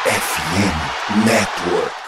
FM Network.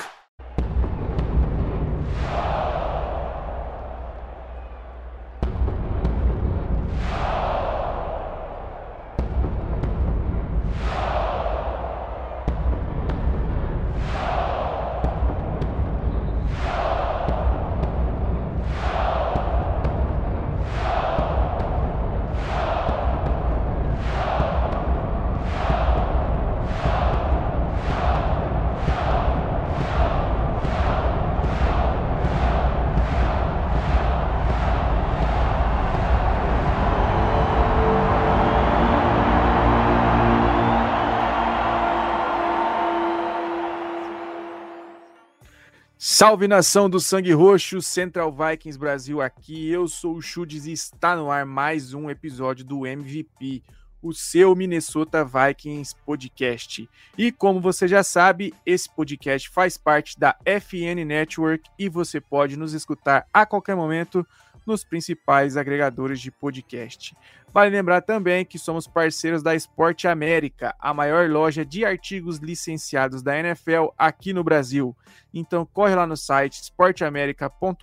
Salve, nação do Sangue Roxo, Central Vikings Brasil aqui, eu sou o Chudes e está no ar mais um episódio do MVP, o seu Minnesota Vikings Podcast. E como você já sabe, esse podcast faz parte da FN Network e você pode nos escutar a qualquer momento nos principais agregadores de podcast. Vale lembrar também que somos parceiros da Esporte América, a maior loja de artigos licenciados da NFL aqui no Brasil. Então corre lá no site esporteamerica.com.br,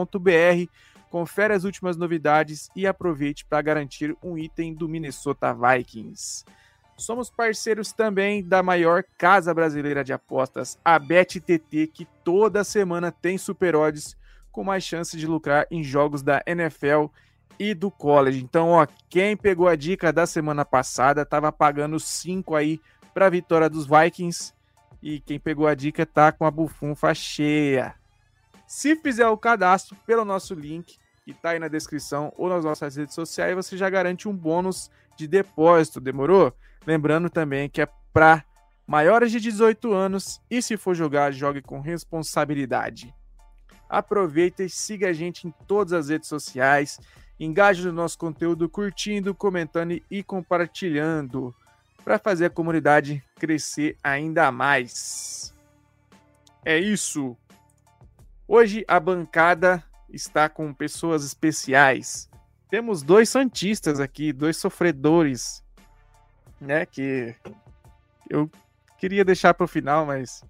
confere as últimas novidades e aproveite para garantir um item do Minnesota Vikings. Somos parceiros também da maior casa brasileira de apostas, a BetTT, que toda semana tem super odds com mais chance de lucrar em jogos da NFL e do college. Então, quem pegou a dica da semana passada estava pagando 5 aí para a vitória dos Vikings e quem pegou a dica tá com a bufunfa cheia. Se fizer o cadastro pelo nosso link, que tá aí na descrição ou nas nossas redes sociais, você já garante um bônus de depósito, demorou? Lembrando também que é para maiores de 18 anos e se for jogar, jogue com responsabilidade. Aproveita e siga a gente em todas as redes sociais, engaje no nosso conteúdo curtindo, comentando e compartilhando para fazer a comunidade crescer ainda mais. É isso. Hoje a bancada está com pessoas especiais. Temos 2 santistas aqui, 2 sofredores, né? Que eu queria deixar para o final, mas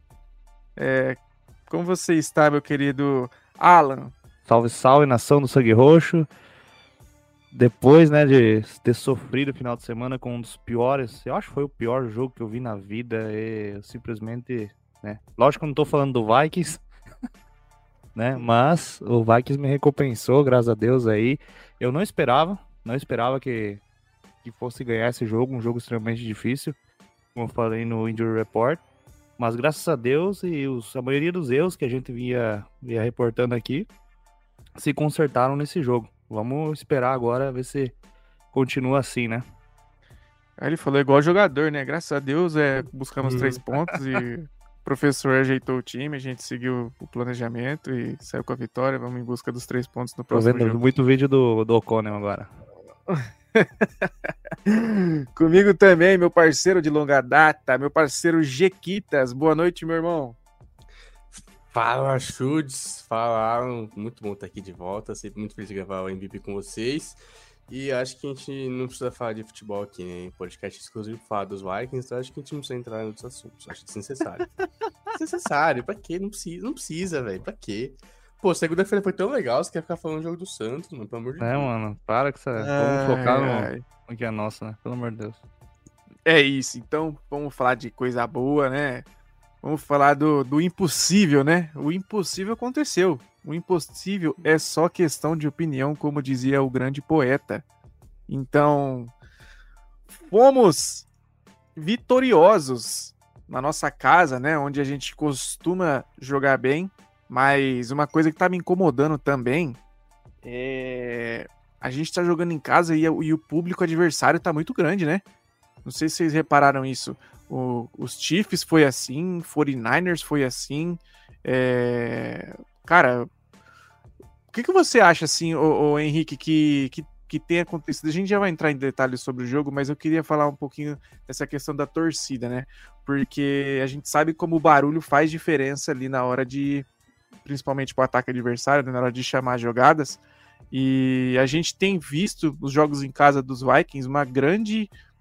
como você está, meu querido Alan? Salve, salve, nação do Sangue Roxo. Depois, né, de ter sofrido o final de semana com um dos piores, eu acho que foi o pior jogo que eu vi na vida, eu simplesmente, né, lógico que eu não tô falando do Vikings, né, mas o Vikings me recompensou, graças a Deus aí. Eu não esperava que fosse ganhar esse jogo, um jogo extremamente difícil, como eu falei no Injury Report. Mas graças a Deus e a maioria dos erros que a gente via reportando aqui se consertaram nesse jogo. Vamos esperar agora ver se continua assim, né? Aí ele falou igual jogador, né? Graças a Deus buscamos 3 pontos e o professor ajeitou o time, a gente seguiu o planejamento e saiu com a vitória. Vamos em busca dos 3 pontos no próximo jogo. Tô vendo muito vídeo do O'Connell agora. Comigo também, meu parceiro de longa data, meu parceiro Jequitas. Boa noite, meu irmão. Fala, Chudes. Fala, Alan. Muito bom estar aqui de volta. Sempre muito feliz de gravar o MVP com vocês. E acho que a gente não precisa falar de futebol aqui, né? Podcast exclusivo para falar dos Vikings, então acho que a gente não precisa entrar em outros assuntos. Acho desnecessário. Desnecessário. Pra quê? Não precisa, velho. Pra quê? Pô, segunda-feira foi tão legal, você quer ficar falando do jogo do Santos, mano, pelo amor de Deus. Mano, para que você... Vamos focar no que é nosso, né? Pelo amor de Deus. É isso, então vamos falar de coisa boa, né? Vamos falar do impossível, né? O impossível aconteceu. O impossível é só questão de opinião, como dizia o grande poeta. Então, fomos vitoriosos na nossa casa, né? Onde a gente costuma jogar bem. Mas uma coisa que tá me incomodando também é... A gente tá jogando em casa e o público adversário tá muito grande, né? Não sei se vocês repararam isso. Os Chiefs foi assim, 49ers foi assim. Cara, o que você acha, assim, o Henrique, que tem acontecido? A gente já vai entrar em detalhes sobre o jogo, mas eu queria falar um pouquinho dessa questão da torcida, né? Porque a gente sabe como o barulho faz diferença ali na hora de... principalmente para o ataque adversário, né, na hora de chamar jogadas. E a gente tem visto nos jogos em casa dos Vikings uma grande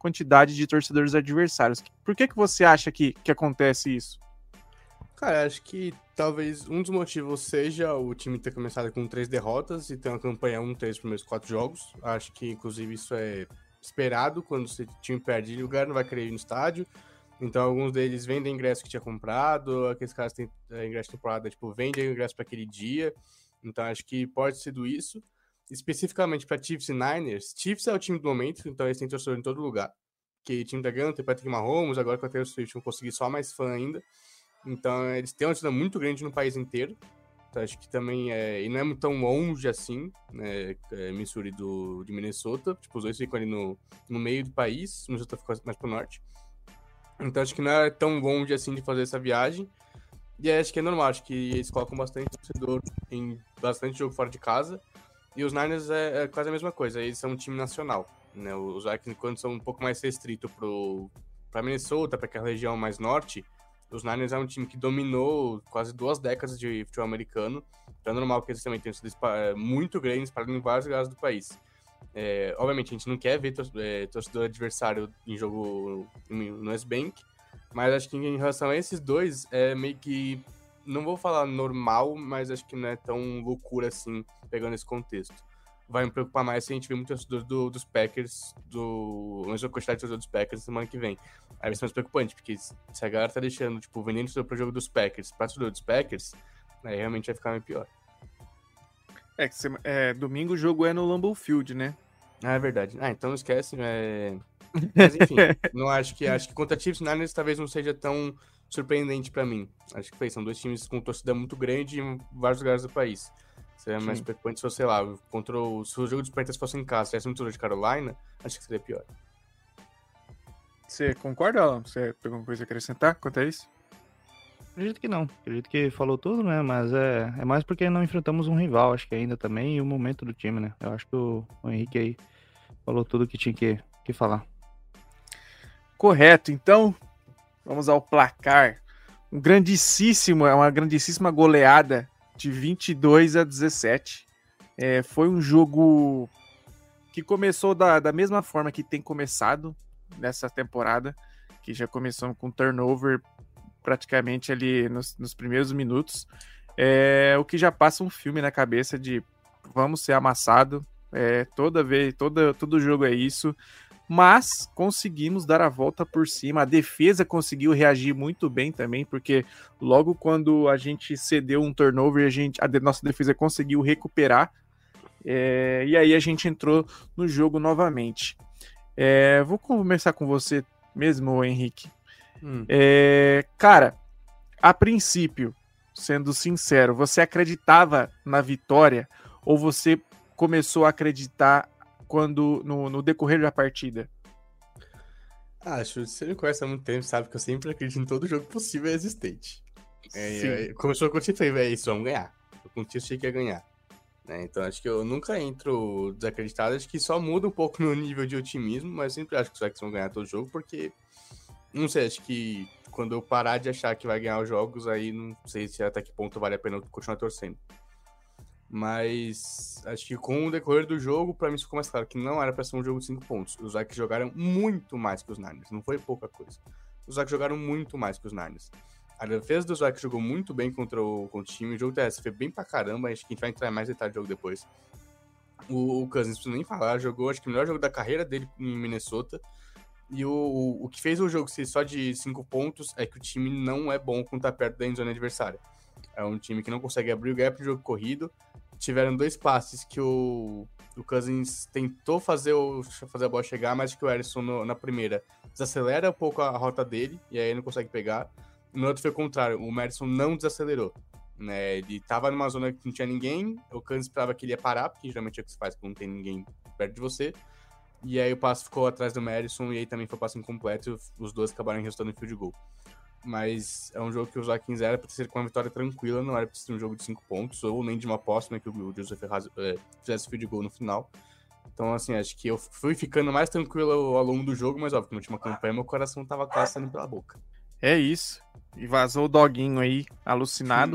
quantidade de torcedores adversários. Por que você acha que acontece isso? Cara, acho que talvez um dos motivos seja o time ter começado com 3 derrotas e ter uma campanha 1-3 nos primeiros 4 jogos. Acho que, inclusive, isso é esperado quando o time perde, o lugar não vai querer ir no estádio. Então, alguns deles vendem ingresso que tinha comprado, aqueles caras que têm ingresso de temporada, tipo, vendem o ingresso para aquele dia. Então, acho que pode ser isso. Especificamente para Chiefs e Niners, Chiefs é o time do momento, então eles têm torcedor em todo lugar. Que o time da ganhando, tem Patrick Mahomes, agora com a Taylor Swift vão conseguir só mais fã ainda. Então, eles têm uma torcida muito grande no país inteiro. Então, acho que também e não é tão longe assim, né? Missouri de Minnesota. Tipo, os dois ficam ali no meio do país. Minnesota fica mais pro norte. Então, acho que não é tão longe assim de fazer essa viagem. E acho que é normal. Acho que eles colocam bastante torcedor em bastante jogo fora de casa. E os Niners é quase a mesma coisa. Eles são um time nacional, né? Os Vikings, quando são um pouco mais restritos para Minnesota, para aquela região mais norte, os Niners é um time que dominou quase 2 décadas de futebol americano. Então é normal que eles também tenham sido muito grandes espalhados em vários lugares do país. Obviamente, a gente não quer ver torcedor adversário em jogo no S-Bank, mas acho que em relação a esses dois, é meio que, não vou falar normal, mas acho que não é tão loucura assim, pegando esse contexto. Vai me preocupar mais se a gente ver muito torcedor dos Packers, a mesma quantidade de torcedor dos Packers na semana que vem. Aí vai ser mais preocupante, porque se a galera tá deixando, tipo, vendendo torcedor pro jogo dos Packers, pra torcedor dos Packers, aí realmente vai ficar meio pior. Domingo o jogo é no Lambeau Field, né? Ah, é verdade. Então não esquece, Mas enfim, não acho que contra Chiefs e Niners talvez não seja tão surpreendente pra mim. Acho que são 2 times com torcida muito grande em vários lugares do país. Seria mais preocupante se fosse, sei lá, se o jogo dos Panthers fosse em casa, se tivesse um torcedor de Carolina, acho que seria pior. Você concorda, Alan? Você tem alguma coisa a acrescentar quanto a isso? Acredito que não. Acredito que falou tudo, né? Mas é mais porque não enfrentamos um rival, acho que ainda também, e o momento do time, né? Eu acho que o Henrique aí falou tudo que tinha que falar. Correto. Então, vamos ao placar. Uma grandíssima goleada de 22-17. Foi um jogo que começou da mesma forma que tem começado nessa temporada, que já começou com turnover praticamente ali nos primeiros minutos. O que já passa um filme na cabeça de vamos ser amassado. Todo jogo é isso. Mas conseguimos dar a volta por cima. A defesa conseguiu reagir muito bem também, porque logo quando a gente cedeu um turnover, a nossa defesa conseguiu recuperar. E aí a gente entrou no jogo novamente. Vou começar com você mesmo, Henrique. Cara, a princípio, sendo sincero, você acreditava na vitória ou você começou a acreditar no decorrer da partida? Acho, você me conhece há muito tempo, sabe que eu sempre acredito em todo jogo possível e existente. Começou com o Chiefs, falei, isso, vamos ganhar. Com o Chiefs tinha que ganhar. Então acho que eu nunca entro desacreditado, acho que só muda um pouco meu nível de otimismo, mas sempre acho que os Vikings vão ganhar todo jogo, porque, não sei, acho que quando eu parar de achar que vai ganhar os jogos, aí não sei se até que ponto vale a pena eu continuar torcendo. Mas acho que com o decorrer do jogo, pra mim ficou mais claro que não era pra ser um jogo de 5 pontos. Os Vikings jogaram muito mais que os Niners, não foi pouca coisa. Os Vikings jogaram muito mais que os Niners. A defesa dos Vikings jogou muito bem contra o time, o jogo terrestre foi bem pra caramba, acho que a gente vai entrar em mais detalhes do jogo depois. O Cousins, não preciso nem falar, jogou acho que o melhor jogo da carreira dele em Minnesota. E o que fez o jogo ser só de 5 pontos é que o time não é bom quando tá perto da endzone adversária. É um time que não consegue abrir o gap no jogo corrido. Tiveram 2 passes que o Cousins tentou fazer a bola chegar, mas que o Harrison na primeira desacelera um pouco a rota dele, e aí ele não consegue pegar. No outro foi o contrário, o Madison não desacelerou. Né? Ele tava numa zona que não tinha ninguém, o Cousins esperava que ele ia parar, porque geralmente é o que se faz quando não tem ninguém perto de você. E aí o passe ficou atrás do Madison, e aí também foi passe incompleto, e os dois acabaram resultando em field goal. Mas é um jogo que os Vikings era pra ser com uma vitória tranquila, não era pra ser um jogo de 5 pontos, ou nem de uma posse, né, que o Joseph fizesse field goal no final. Então, assim, acho que eu fui ficando mais tranquilo ao longo do jogo, mas óbvio que na última campanha meu coração tava quase saindo pela boca. É isso. E vazou o doguinho aí, alucinado.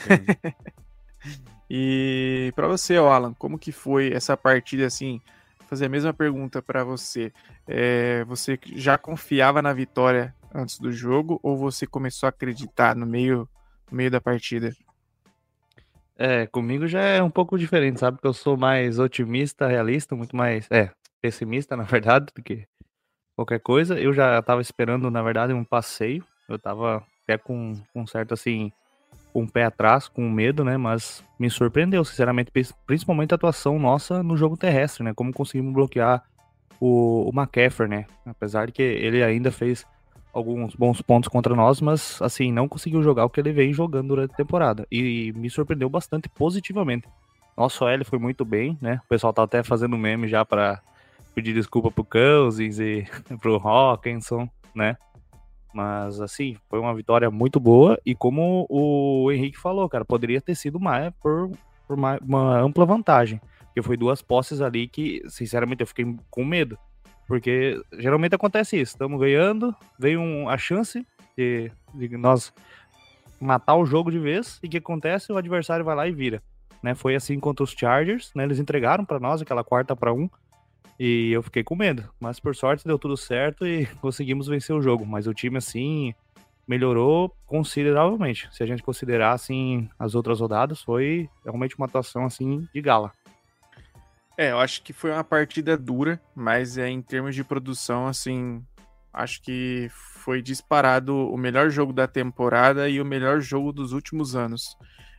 Gente. E pra você, Alan, como que foi essa partida, assim, fazer a mesma pergunta para você. Você já confiava na vitória antes do jogo ou você começou a acreditar no meio da partida? Comigo já é um pouco diferente, sabe? Porque eu sou mais otimista, realista, muito mais, pessimista, na verdade, do que qualquer coisa. Eu já tava esperando, na verdade, um passeio. Eu tava até com um certo, assim, com um pé atrás, com medo, né? Mas me surpreendeu, sinceramente, principalmente a atuação nossa no jogo terrestre, né? Como conseguimos bloquear o McCaffrey, né? Apesar de que ele ainda fez alguns bons pontos contra nós, mas, assim, não conseguiu jogar o que ele vem jogando durante a temporada. E me surpreendeu bastante positivamente. Nosso OL foi muito bem, né? O pessoal tá até fazendo meme já para pedir desculpa pro Cousins e pro Hawkinson, né? Mas, assim, foi uma vitória muito boa. E como o Henrique falou, cara, poderia ter sido mais por uma ampla vantagem. Porque foi 2 posses ali que, sinceramente, eu fiquei com medo. Porque geralmente acontece isso. Estamos ganhando, vem a chance de nós matar o jogo de vez. E o que acontece? O adversário vai lá e vira. Né? Foi assim contra os Chargers, né? Eles entregaram para nós aquela 4-1. E eu fiquei com medo, mas por sorte deu tudo certo e conseguimos vencer o jogo. Mas o time, assim, melhorou consideravelmente. Se a gente considerar, assim, as outras rodadas, foi realmente uma atuação, assim, de gala. Eu acho que foi uma partida dura, mas em termos de produção, assim, acho que foi disparado o melhor jogo da temporada e o melhor jogo dos últimos anos.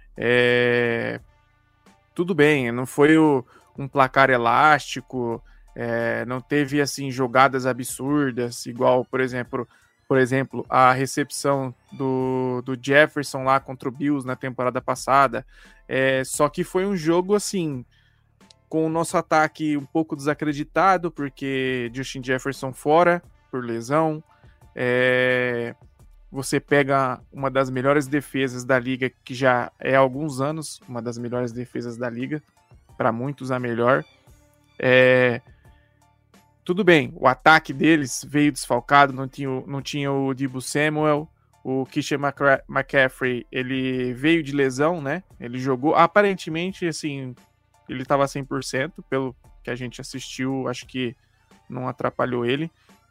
Tudo bem, não foi um placar elástico, não teve assim jogadas absurdas, igual, por exemplo, a recepção do Jefferson lá contra o Bills na temporada passada. Só que foi um jogo assim, com o nosso ataque um pouco desacreditado, porque Justin Jefferson fora por lesão. Você pega uma das melhores defesas da liga, que já é há alguns anos uma das melhores defesas da liga, para muitos a melhor. Tudo bem, o ataque deles veio desfalcado, não tinha o Deebo Samuel, o Christian McCaffrey, ele veio de lesão, né? Ele jogou, aparentemente, assim, ele estava 100%, pelo que a gente assistiu, acho que não atrapalhou ele,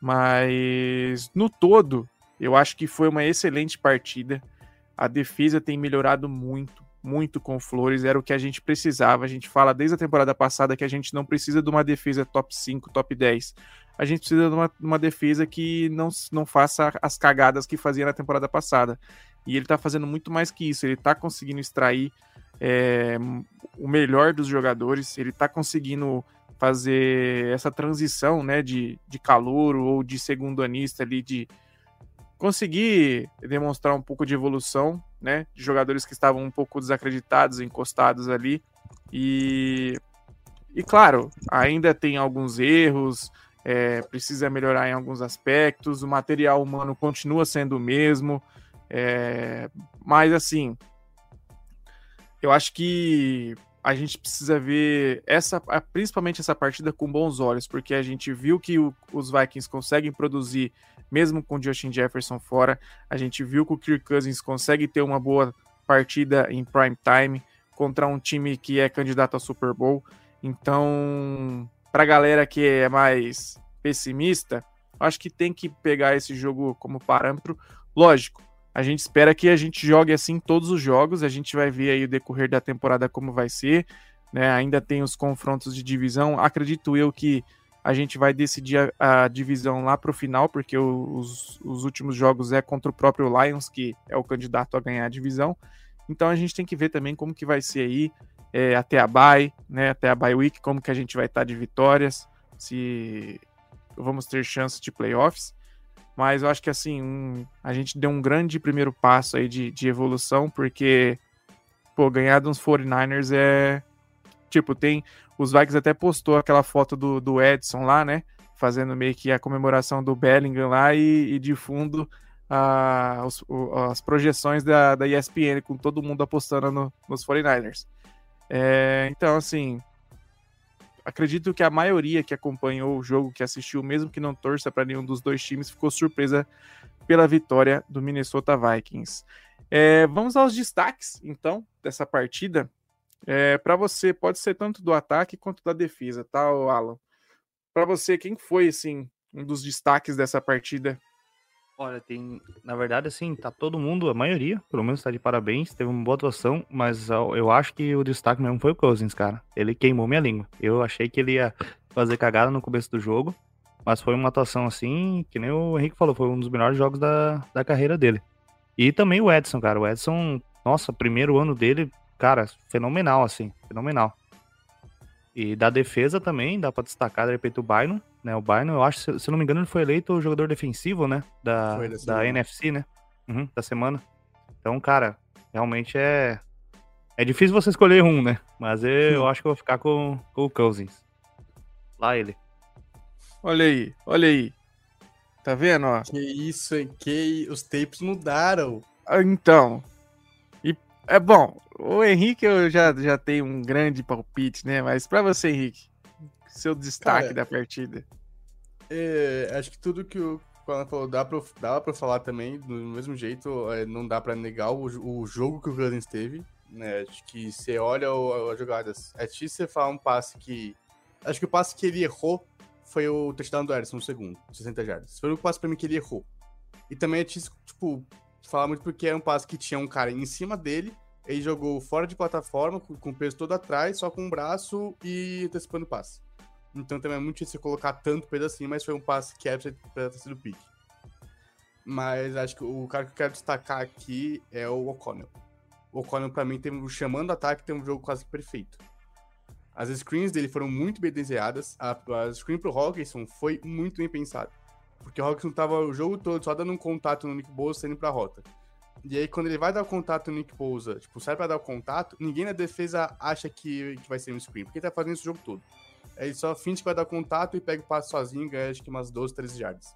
mas no todo, eu acho que foi uma excelente partida. A defesa tem melhorado muito, muito com o Flores, era o que a gente precisava. A gente fala desde a temporada passada que a gente não precisa de uma defesa top 5, top 10. A gente precisa de uma defesa que não faça as cagadas que fazia na temporada passada. E ele tá fazendo muito mais que isso. Ele tá conseguindo extrair o melhor dos jogadores. Ele tá conseguindo fazer essa transição, né, de calouro ou de segundo anista ali, de conseguir demonstrar um pouco de evolução, né, de jogadores que estavam um pouco desacreditados, encostados ali, e claro, ainda tem alguns erros, precisa melhorar em alguns aspectos, o material humano continua sendo o mesmo, mas assim, eu acho que a gente precisa ver principalmente essa partida com bons olhos, porque a gente viu que os Vikings conseguem produzir mesmo com o Justin Jefferson fora. A gente viu que o Kirk Cousins consegue ter uma boa partida em prime time contra um time que é candidato ao Super Bowl. Então, para a galera que é mais pessimista, acho que tem que pegar esse jogo como parâmetro. Lógico, a gente espera que a gente jogue assim todos os jogos, a gente vai ver aí o decorrer da temporada como vai ser, né? Ainda tem os confrontos de divisão, acredito eu que a gente vai decidir a divisão lá para o final, porque os últimos jogos é contra o próprio Lions, que é o candidato a ganhar a divisão, então a gente tem que ver também como que vai ser aí até a bye, né? Até a bye week, como que a gente vai estar de vitórias, se vamos ter chance de playoffs. Mas eu acho que assim, a gente deu um grande primeiro passo aí de evolução, porque, ganhar de uns 49ers tipo, os Vikings até postou aquela foto do Edson lá, né? Fazendo meio que a comemoração do Bellingham lá e de fundo as projeções da ESPN, com todo mundo apostando nos 49ers. Então, assim, acredito que a maioria que acompanhou o jogo, que assistiu, mesmo que não torça para nenhum dos dois times, ficou surpresa pela vitória do Minnesota Vikings. Vamos aos destaques, então, dessa partida. Para você, pode ser tanto do ataque quanto da defesa, tá, Alan? Para você, quem foi, assim, um dos destaques dessa partida? Olha, na verdade, assim, tá todo mundo, a maioria, pelo menos tá de parabéns, teve uma boa atuação, mas eu acho que o destaque mesmo foi o Cousins, cara. Ele queimou minha língua. Eu achei que ele ia fazer cagada no começo do jogo, mas foi uma atuação assim, que nem o Henrique falou, foi um dos melhores jogos da carreira dele. E também o Edson, cara. O Edson, nossa, primeiro ano dele, cara, fenomenal, assim, fenomenal. E da defesa também, dá pra destacar, de repente, o Bynum, né? O Bynum, eu acho, se não me engano, ele foi eleito o jogador defensivo, né? Da NFC, né? Da semana. Então, cara, realmente é difícil você escolher um, né? Mas eu acho que eu vou ficar com o Cousins. Lá ele. Olha aí. Tá vendo, ó? Que isso, hein? Que os tapes mudaram. Então, e é bom, o Henrique eu já tenho um grande palpite, né? Mas pra você, Henrique, seu destaque Cara, da partida. acho que tudo que o Conan falou dava pra falar também, do mesmo jeito, não dá pra negar o jogo que o Cousins teve, né? Acho que você olha as jogadas, é difícil você falar um passe que... Acho que o passe que ele errou foi o touchdown do Ederson no segundo, 60 jardas. Foi o passe pra mim que ele errou. E também é difícil, tipo, falar muito porque era um passe que tinha um cara em cima dele, ele jogou fora de plataforma, com o peso todo atrás, só com o braço e antecipando o passe. Então também é muito difícil colocar tanto peso assim, mas foi um passe que era pra ter sido pique. Mas acho que o cara que eu quero destacar aqui é o O'Connell. O O'Connell, pra mim, chamando ataque, tem um jogo quase perfeito. As screens dele foram muito bem desenhadas. A screen pro Hawkinson foi muito bem pensada. Porque o Hawkinson tava o jogo todo só dando um contato no Nick Bosa, saindo pra rota. E aí, quando ele vai dar o contato no Nick Bosa, tipo, sai pra dar o contato, ninguém na defesa acha que vai ser um screen, porque ele tá fazendo isso o jogo todo. Aí ele só finge que vai dar contato e pega o passe sozinho e ganha, acho que umas 12, 13 yards.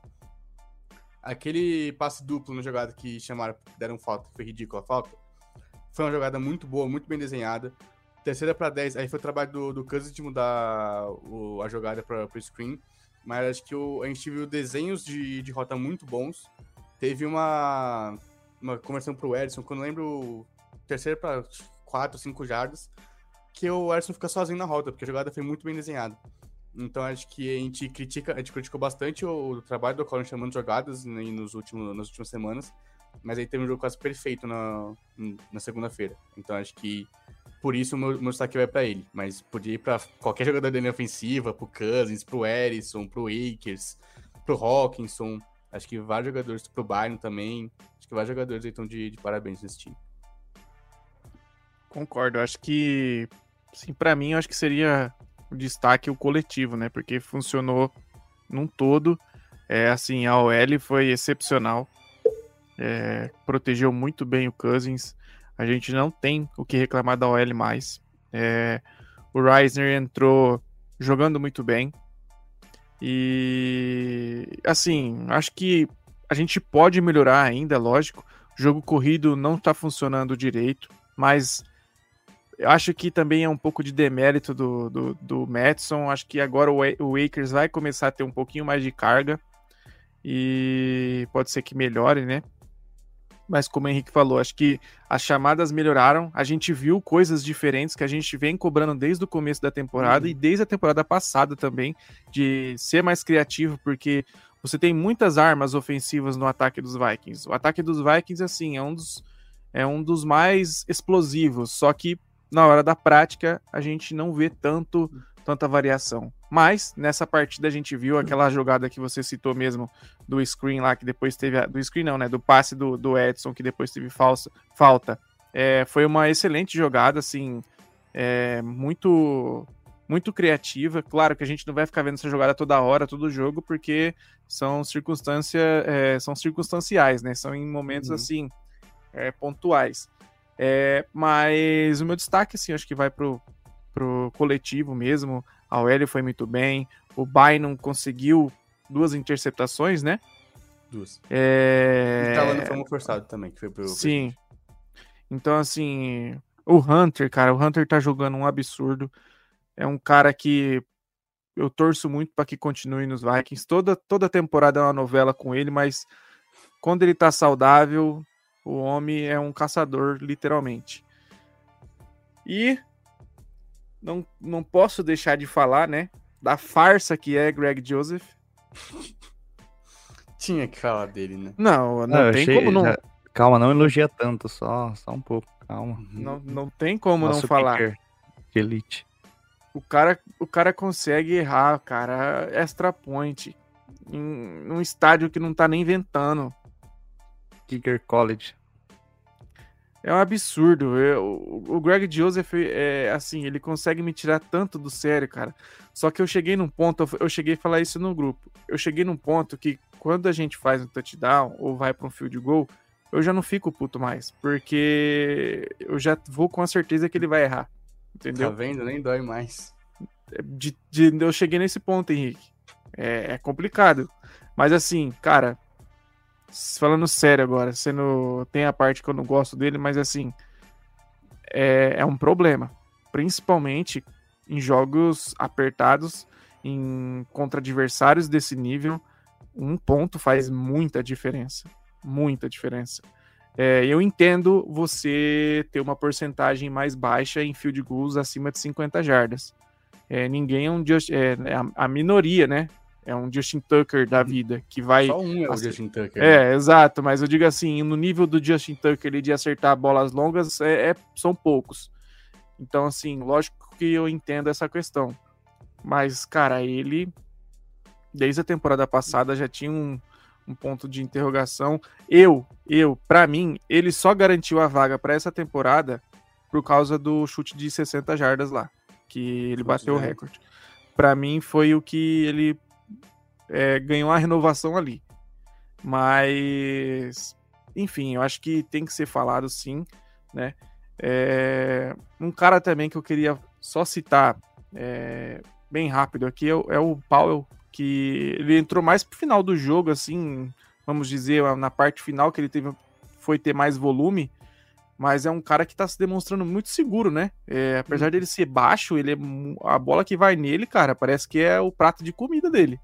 Aquele passe duplo na jogada que deram falta, que foi ridícula a falta, foi uma jogada muito boa, muito bem desenhada. Terceira pra 10, aí foi o trabalho do Cousins de mudar a jogada pro screen, mas acho que a gente viu desenhos de rota muito bons. Teve uma conversão pro Edson, quando eu lembro, terceira pra 4, 5 jardas, que o Edson fica sozinho na rota, porque a jogada foi muito bem desenhada. Então acho que a gente criticou bastante o trabalho do Colin chamando jogadas, né, nas últimas semanas, mas aí teve um jogo quase perfeito na segunda-feira. Então acho que por isso o meu destaque vai pra ele, mas podia ir pra qualquer jogador da linha ofensiva, pro Cousins, pro Edson, pro Akers, pro Hawkinson, acho que vários jogadores, pro Bynum também, acho que vários jogadores aí estão de parabéns nesse time. Concordo, acho que, sim, pra mim, eu acho que seria o destaque o coletivo, né? Porque funcionou num todo. Assim, a OL foi excepcional. Protegeu muito bem o Cousins. A gente não tem o que reclamar da OL mais. O Reisner entrou jogando muito bem. E, assim, acho que a gente pode melhorar ainda, lógico. O jogo corrido não está funcionando direito, mas eu acho que também é um pouco de demérito do Mattison. Acho que agora o Akers vai começar a ter um pouquinho mais de carga e pode ser que melhore, né? Mas como o Henrique falou, acho que as chamadas melhoraram. A gente viu coisas diferentes que a gente vem cobrando desde o começo da temporada e desde a temporada passada também, de ser mais criativo, porque você tem muitas armas ofensivas no ataque dos Vikings. O ataque dos Vikings, assim, é um dos mais explosivos, só que na hora da prática a gente não vê tanta variação. Mas nessa partida a gente viu aquela jogada que você citou mesmo do screen lá, que depois teve... Do screen não, né? Do passe do Edson, que depois teve falta. Foi uma excelente jogada, assim, muito, muito criativa. Claro que a gente não vai ficar vendo essa jogada toda hora, todo jogo, porque são circunstanciais, né? São em momentos, assim, pontuais. Mas o meu destaque, assim, acho que vai pro coletivo mesmo. A OL foi muito bem. O Bynum conseguiu 2 interceptações, né? 2. E tava no famo forçado também, que foi pro... Sim. Então, assim, o Hunter, cara, o Hunter tá jogando um absurdo. É um cara que eu torço muito para que continue nos Vikings. Toda temporada é uma novela com ele, mas quando ele tá saudável, o homem é um caçador, literalmente. E não posso deixar de falar, né? da farsa que é Greg Joseph. Tinha que falar dele, né? Não tem como não. Calma, não elogia tanto, só um pouco, calma. Não tem como Nosso não falar. kicker de elite. O cara consegue errar, cara, extra point num estádio que não tá nem ventando. Kicker college. É um absurdo. O Greg Joseph, assim, ele consegue me tirar tanto do sério, cara. Só que eu cheguei num ponto, eu cheguei a falar isso no grupo. Eu cheguei num ponto que quando a gente faz um touchdown ou vai pra um field goal, eu já não fico puto mais. Porque eu já vou com a certeza que ele vai errar. Entendeu? Tá vendo? Nem dói mais. Eu cheguei nesse ponto, Henrique. É complicado. Mas assim, cara, falando sério agora, tem a parte que eu não gosto dele, mas assim, é um problema. Principalmente em jogos apertados, contra adversários desse nível, um ponto faz muita diferença. Muita diferença. Eu entendo você ter uma porcentagem mais baixa em field goals acima de 50 jardas. Ninguém é um a minoria, né? É um Justin Tucker da vida, que vai... Só um é o Justin Tucker. Né? Exato, mas eu digo assim, no nível do Justin Tucker, ele de acertar bolas longas, são poucos. Então, assim, lógico que eu entendo essa questão. Mas, cara, ele, desde a temporada passada, já tinha um ponto de interrogação. Pra mim, ele só garantiu a vaga para essa temporada por causa do chute de 60 jardas lá, que ele bateu o recorde. Pra mim, foi o que ele ganhou a renovação ali. Mas, enfim, eu acho que tem que ser falado sim, né? Um cara também que eu queria só citar bem rápido aqui é o Powell, que ele entrou mais pro final do jogo, assim, vamos dizer, na parte final, que ele foi ter mais volume, mas é um cara que tá se demonstrando muito seguro, né? Apesar dele ser baixo, a bola que vai nele, cara, parece que é o prato de comida dele.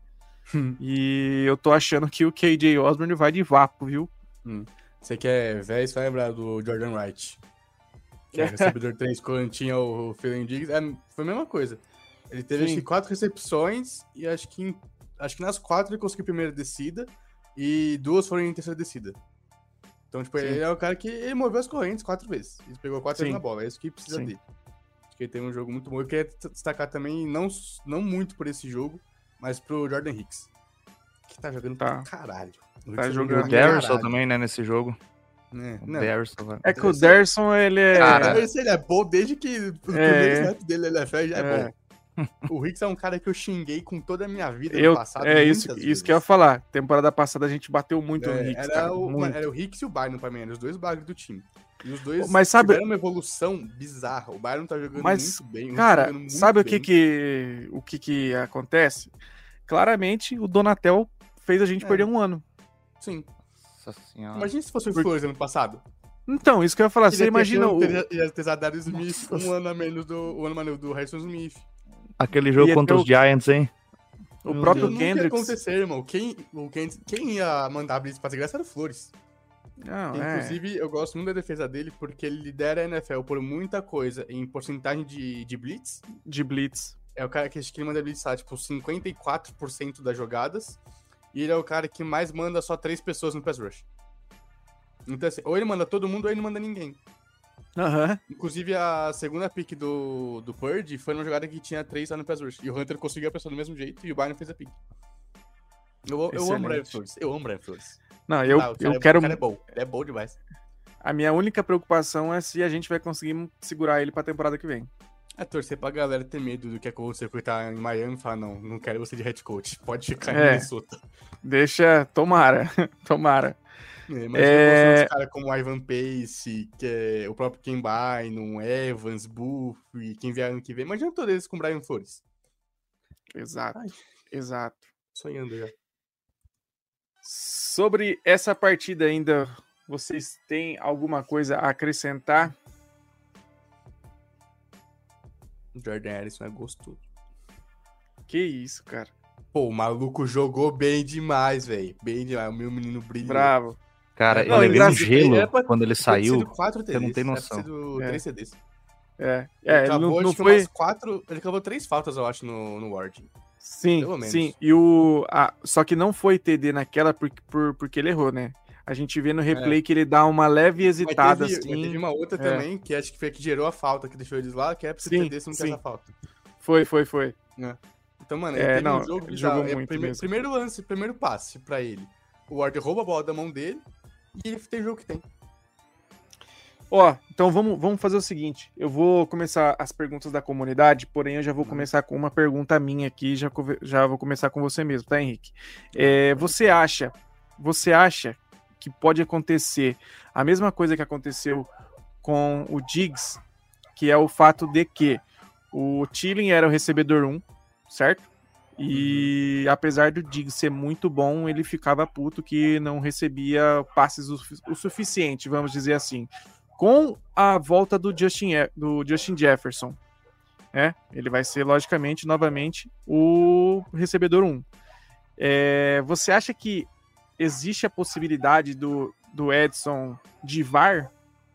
E eu tô achando que o KJ Osborne vai de vapo, viu? Você que é velho, você vai lembrar do Jordan Wright. Que é recebedor 3 quando tinha o Philen Diggs. Foi a mesma coisa. Ele teve, acho que, 4 recepções e acho que nas 4 ele conseguiu a primeira descida e 2 foram em terceira descida. Então, tipo, ele é o cara que ele moveu as correntes 4 vezes. Ele pegou 4 vezes na bola. É isso que precisa dele. Acho que ele tem um jogo muito bom. Eu queria destacar também, não muito por esse jogo, mas pro Jordan Hicks. Que tá jogando pra caralho. Tá jogando o Darrison também, né, nesse jogo. O Darrison, que o Darrison, ele é... Cara, ele é bom desde que o primeiro snap dele ele já é bom. O Hicks é um cara que eu xinguei com toda a minha vida no passado. Isso que eu ia falar. Temporada passada a gente bateu muito no Hicks, era o Hicks e o Byron pra mim, eram os dois bagres do time. E os dois tiveram uma evolução bizarra. O Byron tá jogando muito bem. Cara, sabe o que acontece? Claramente, o Donatel fez a gente perder um ano. Sim. Nossa senhora. Imagina se fosse o Flores ano passado. Então, isso que eu ia falar. Você imagina Ia ter Zadar Smith um ano a menos do Harrison Smith. Aquele jogo contra os Giants, hein? O próprio Kendricks. Não ia acontecer, irmão. Quem ia mandar a blitz pra graça era o Flores. Inclusive, eu gosto muito da defesa dele porque ele lidera a NFL por muita coisa em porcentagem de blitz. De blitz. É o cara que acho que ele manda blitzar, tipo, 54% das jogadas. E ele é o cara que mais manda só 3 pessoas no pass rush. Então, assim, ou ele manda todo mundo ou ele não manda ninguém. Inclusive, a segunda pick do Purdy foi numa jogada que tinha 3 lá no pass rush. E o Hunter conseguiu a pessoa do mesmo jeito e o Byron fez a pick. Eu amo o Brian Flores. Eu amo o Brian Flores. Não, eu quero... O cara é bom. Ele é bom demais. A minha única preocupação é se a gente vai conseguir segurar ele pra temporada que vem. Torcer pra galera ter medo do que acontecer por estar em Miami e falar, não quero você de head coach. Pode ficar em Minnesota. Tomara. Mas eu gosto de caras como o Ivan Pace, que é o próprio Ken Bynum, Evans, Buff, e quem vier ano que vem. Imagina todos eles com o Brian Flores. Exato. Sonhando já. Sobre essa partida ainda, vocês têm alguma coisa a acrescentar? O Jordan Harrison é gostoso. Que isso, cara. Pô, o maluco jogou bem demais, velho. Bem demais. O meu menino brilhou. Bravo. Cara, eu levei um gelo quando ele saiu. Você não tem noção. Ter sido 3 CDs. Ele Ele acabou não de foi... umas 4. Ele acabou 3 faltas, eu acho, no Ward. Sim, Pelo menos. sim. Só que não foi TD naquela porque ele errou, né? A gente vê no replay que ele dá uma leve hesitada Mas assim. teve uma outra também, que acho que foi a que gerou a falta, que deixou eles lá, que é pra você TD se não quer essa falta. Foi. Então, mano, ele teve um jogo ele bizarro. jogou muito mesmo. Primeiro lance, primeiro passe pra ele. O Ward rouba a bola da mão dele e ele tem o jogo que tem. Então vamos fazer o seguinte. Eu vou começar as perguntas da comunidade, porém eu já vou começar com uma pergunta minha aqui, já vou começar com você mesmo, tá, Henrique? Você acha que pode acontecer a mesma coisa que aconteceu com o Diggs, que é o fato de que o Thielen era o recebedor 1, certo? E apesar do Diggs ser muito bom, ele ficava puto que não recebia passes o suficiente, vamos dizer assim. Com a volta do Justin Jefferson, ele vai ser, logicamente, novamente, o recebedor 1. Você acha que existe a possibilidade do Edson de VAR?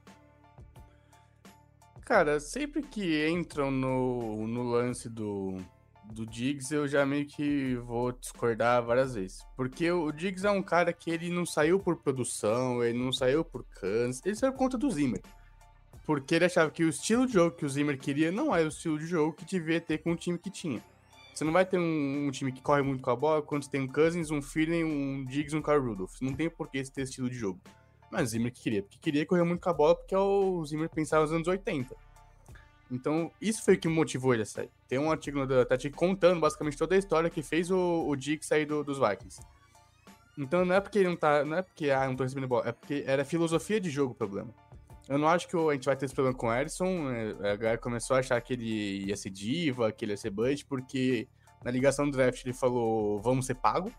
Cara, sempre que entram no lance do Diggs, eu já meio que vou discordar várias vezes. Porque o Diggs é um cara que ele não saiu por produção, ele não saiu por Kansas, ele saiu por conta do Zimmer. Porque ele achava que o estilo de jogo que o Zimmer queria não é o estilo de jogo que devia ter com o time que tinha. Você não vai ter um time que corre muito com a bola quando você tem um Cousins, um Thielen, um Diggs, um Kyle Rudolph. Não tem por que ter esse estilo de jogo. Mas o Zimmer que queria, porque queria correr muito com a bola, porque o Zimmer pensava nos anos 80. Então, isso foi o que motivou ele a sair. Tem um artigo da Tati contando basicamente toda a história que fez o Diggs sair dos Vikings. Então, não é porque ele não tá. Não é porque não tô recebendo bola, é porque era filosofia de jogo o problema. Eu não acho que a gente vai ter esse problema com o Ederson. A galera começou a achar que ele ia ser diva, que ele ia ser bust, porque na ligação do draft ele falou: vamos ser pago.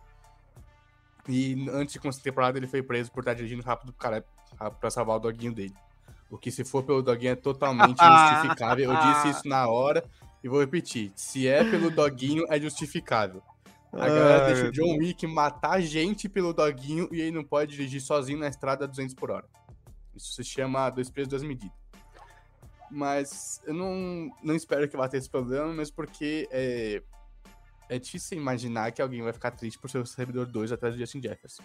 E antes de começar a temporada, ele foi preso por estar dirigindo rápido pra salvar o doguinho dele. O que, se for pelo doguinho, é totalmente justificável. Eu disse isso na hora e vou repetir. Se é pelo doguinho, é justificável. A galera deixa o John Wick matar gente pelo doguinho e ele não pode dirigir sozinho na estrada a 200 por hora. Isso se chama 2 pesos, 2 medidas. Mas eu não espero que vá ter esse problema, mesmo porque é difícil imaginar que alguém vai ficar triste por ser o recebedor 2 atrás do Justin Jefferson.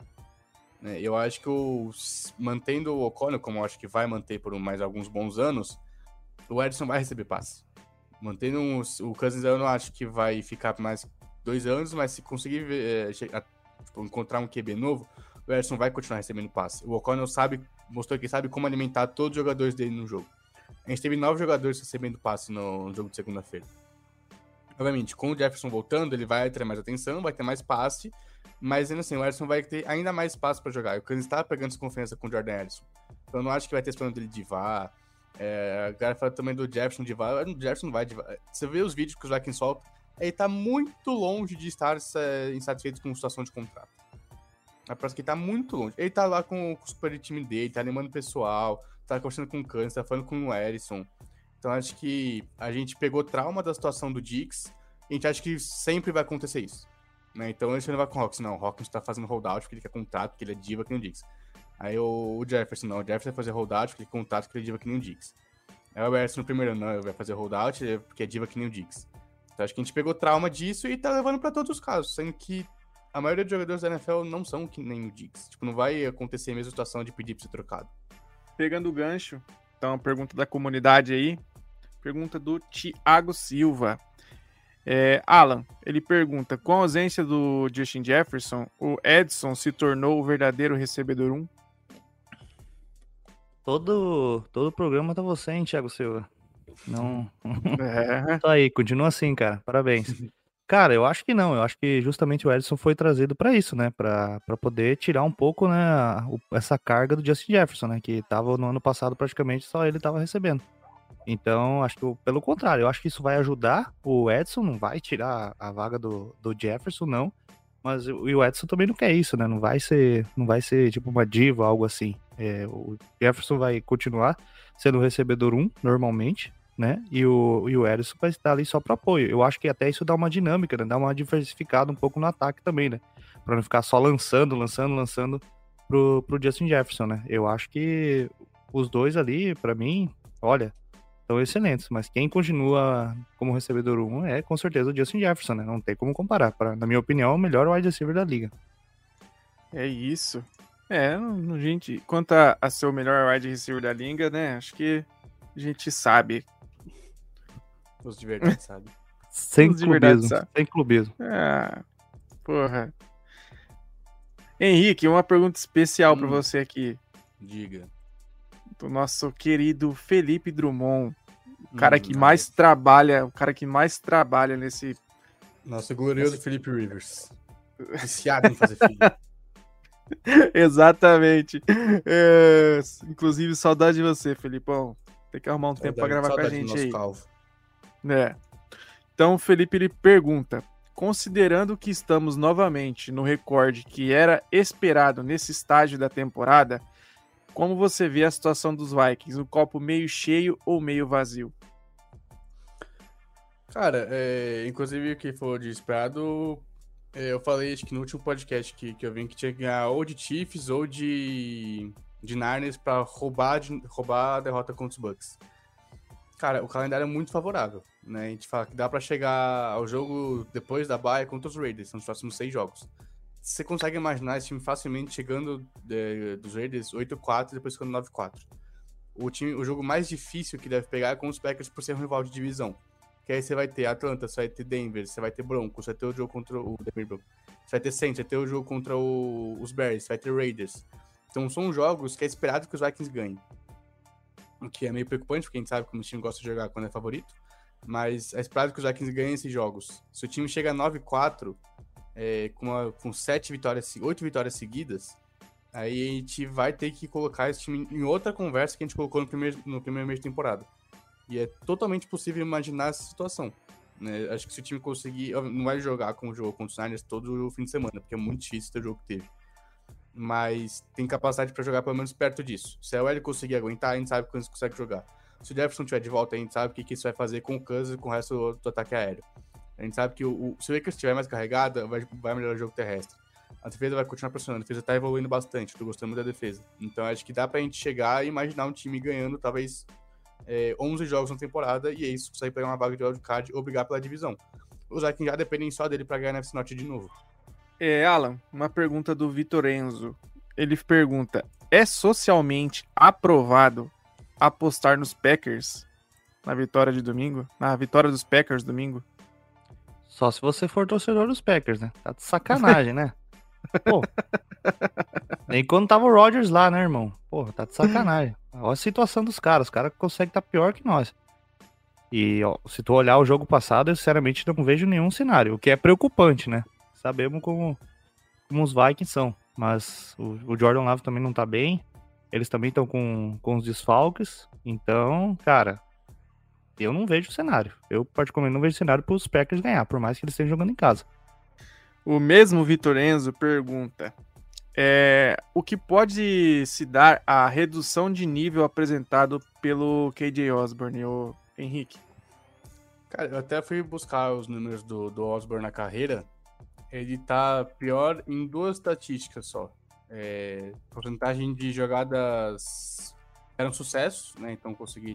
Eu acho que mantendo o O'Connell, como eu acho que vai manter por mais alguns bons anos, o Ederson vai receber passe. Mantendo o Cousins, eu não acho que vai ficar por mais 2 anos, mas se conseguir encontrar um QB novo, o Ederson vai continuar recebendo passe. O O'Connell mostrou que sabe como alimentar todos os jogadores dele no jogo. A gente teve 9 jogadores recebendo passe no jogo de segunda-feira. Obviamente, com o Jefferson voltando, ele vai ter mais atenção, vai ter mais passe, mas ainda assim, o Ederson vai ter ainda mais espaço pra jogar. O Cousins está pegando desconfiança com o Jordan Ederson. Então eu não acho que vai ter esse problema dele divar. A galera fala também do Jefferson divar. O Jefferson não vai divar. Você vê os vídeos que os Vikings soltam, ele tá muito longe de estar insatisfeito com a situação de contrato. Parece que ele tá muito longe. Ele tá lá com o super time dele, tá animando o pessoal, tá conversando com o Cousins, tá falando com o Ederson. Então acho que a gente pegou trauma da situação do Diggs e a gente acha que sempre vai acontecer isso. Então a gente não vai com o Hawkins. Não, o Hawkins tá fazendo holdout porque ele quer contrato, porque ele é diva que nem o Diggs. Aí o Jefferson, não, o Jefferson vai fazer holdout porque ele quer contrato, porque ele é diva que nem o Diggs. Aí o Ederson no primeiro, não, ele vai fazer holdout porque é diva que nem o Diggs. Então acho que a gente pegou trauma disso e tá levando pra todos os casos, sendo que a maioria dos jogadores da NFL não são que nem o Diggs. Não vai acontecer a mesma situação de pedir pra ser trocado. Pegando o gancho, então, pergunta da comunidade aí. Pergunta do Thiago Silva. Alan, ele pergunta: com a ausência do Justin Jefferson, o Edson se tornou o verdadeiro recebedor 1? Todo programa tá você, hein, Thiago Silva? Não. Tá aí, continua assim, cara. Parabéns. Cara, eu acho que não. Eu acho que justamente o Edson foi trazido pra isso, né? Pra poder tirar um pouco, né, essa carga do Justin Jefferson, né? Que tava no ano passado praticamente só ele tava recebendo. Então, acho que pelo contrário, eu acho que isso vai ajudar o Edson, não vai tirar a vaga do Jefferson, não. Mas o Edson também não quer isso, né? Não vai ser tipo uma diva, algo assim. O Jefferson vai continuar sendo o recebedor 1, normalmente, né? E o Edson vai estar ali só para apoio. Eu acho que até isso dá uma dinâmica, né? Dá uma diversificada um pouco no ataque também, né? Para não ficar só lançando pro Justin Jefferson, né? Eu acho que os dois ali, para mim, olha, estão excelentes, mas quem continua como recebedor 1 é com certeza o Justin Jefferson, né? Não tem como comparar. Na minha opinião, é o melhor wide receiver da liga. É isso. Gente, quanto a ser o melhor wide receiver da liga, né? Acho que a gente sabe. Os de verdade, sabe? Sem Os de verdade clubismo. sabe. Sem clubismo. Ah, porra. Henrique, uma pergunta especial pra você aqui. Diga. Do nosso querido Felipe Drummond. O cara que mais trabalha nesse... Nosso glorioso Felipe Rivers. Viciado em fazer filho. Exatamente. Inclusive, saudade de você, Felipão. Tem que arrumar um tempo pra gravar com a gente aí. Calvo. Então, o Felipe ele pergunta: considerando que estamos novamente no recorde que era esperado nesse estágio da temporada, como você vê a situação dos Vikings? Um copo meio cheio ou meio vazio? Cara, inclusive o que for de esperado, eu falei acho que no último podcast que eu vim que tinha que ganhar ou de Chiefs ou de Niners pra roubar a derrota contra os Bucks. Cara, o calendário é muito favorável, né? A gente fala que dá pra chegar ao jogo depois da bye contra os Raiders, são os próximos 6 jogos. Você consegue imaginar esse time facilmente chegando dos Raiders 8-4 e depois ficando 9-4. O jogo mais difícil que deve pegar é com os Packers por ser um rival de divisão. Que aí você vai ter Atlanta, você vai ter Denver, você vai ter Broncos, você vai ter o jogo contra o Denver Broncos. Você vai ter Saints, você vai ter o jogo contra os Bears, você vai ter Raiders. Então são jogos que é esperado que os Vikings ganhem. O que é meio preocupante, porque a gente sabe como o time gosta de jogar quando é favorito. Mas é esperado que os Vikings ganhem esses jogos. Se o time chega a 9-4, com 8 vitórias seguidas, aí a gente vai ter que colocar esse time em outra conversa que a gente colocou no primeiro mês de temporada. E é totalmente possível imaginar essa situação. Né? Acho que se o time conseguir... Não vai jogar com o jogo contra os Niners todo o fim de semana, porque é muito difícil ter o jogo que teve. Mas tem capacidade pra jogar pelo menos perto disso. Se a OL conseguir aguentar, a gente sabe que eles conseguem jogar. Se o Jefferson estiver de volta, a gente sabe o que isso vai fazer com o Cousins e com o resto do ataque aéreo. A gente sabe que se o Lakers estiver mais carregada, vai melhorar o jogo terrestre. A defesa vai continuar pressionando. A defesa tá evoluindo bastante. Tô gostando muito da defesa. Então acho que dá pra gente chegar e imaginar um time ganhando talvez 11 jogos na temporada e é isso, consegue pegar uma vaga de wildcard ou brigar pela divisão. Os Vikings já dependem só dele pra ganhar na NFC Norte de novo. Alan, uma pergunta do Vitor Enzo. Ele pergunta: é socialmente aprovado apostar nos Packers na vitória de domingo? Na vitória dos Packers domingo? Só se você for torcedor dos Packers, né? Tá de sacanagem, né? Pô. Nem quando tava o Rodgers lá, né, irmão? Porra, tá de sacanagem. Olha a situação dos caras. Os caras conseguem estar pior que nós. E ó, se tu olhar o jogo passado, eu sinceramente não vejo nenhum cenário. O que é preocupante, né? Sabemos como os Vikings são. Mas o Jordan Love também não tá bem. Eles também estão com os desfalques. Então, cara, eu não vejo cenário. Eu, particularmente, não vejo cenário pros Packers ganhar, por mais que eles estejam jogando em casa. O mesmo Vitor Enzo pergunta: o que pode se dar à redução de nível apresentado pelo KJ Osborne, o Henrique? Cara, eu até fui buscar os números do Osborne na carreira. Ele tá pior em 2 estatísticas só. Porcentagem de jogadas era um sucesso, né? Então consegui,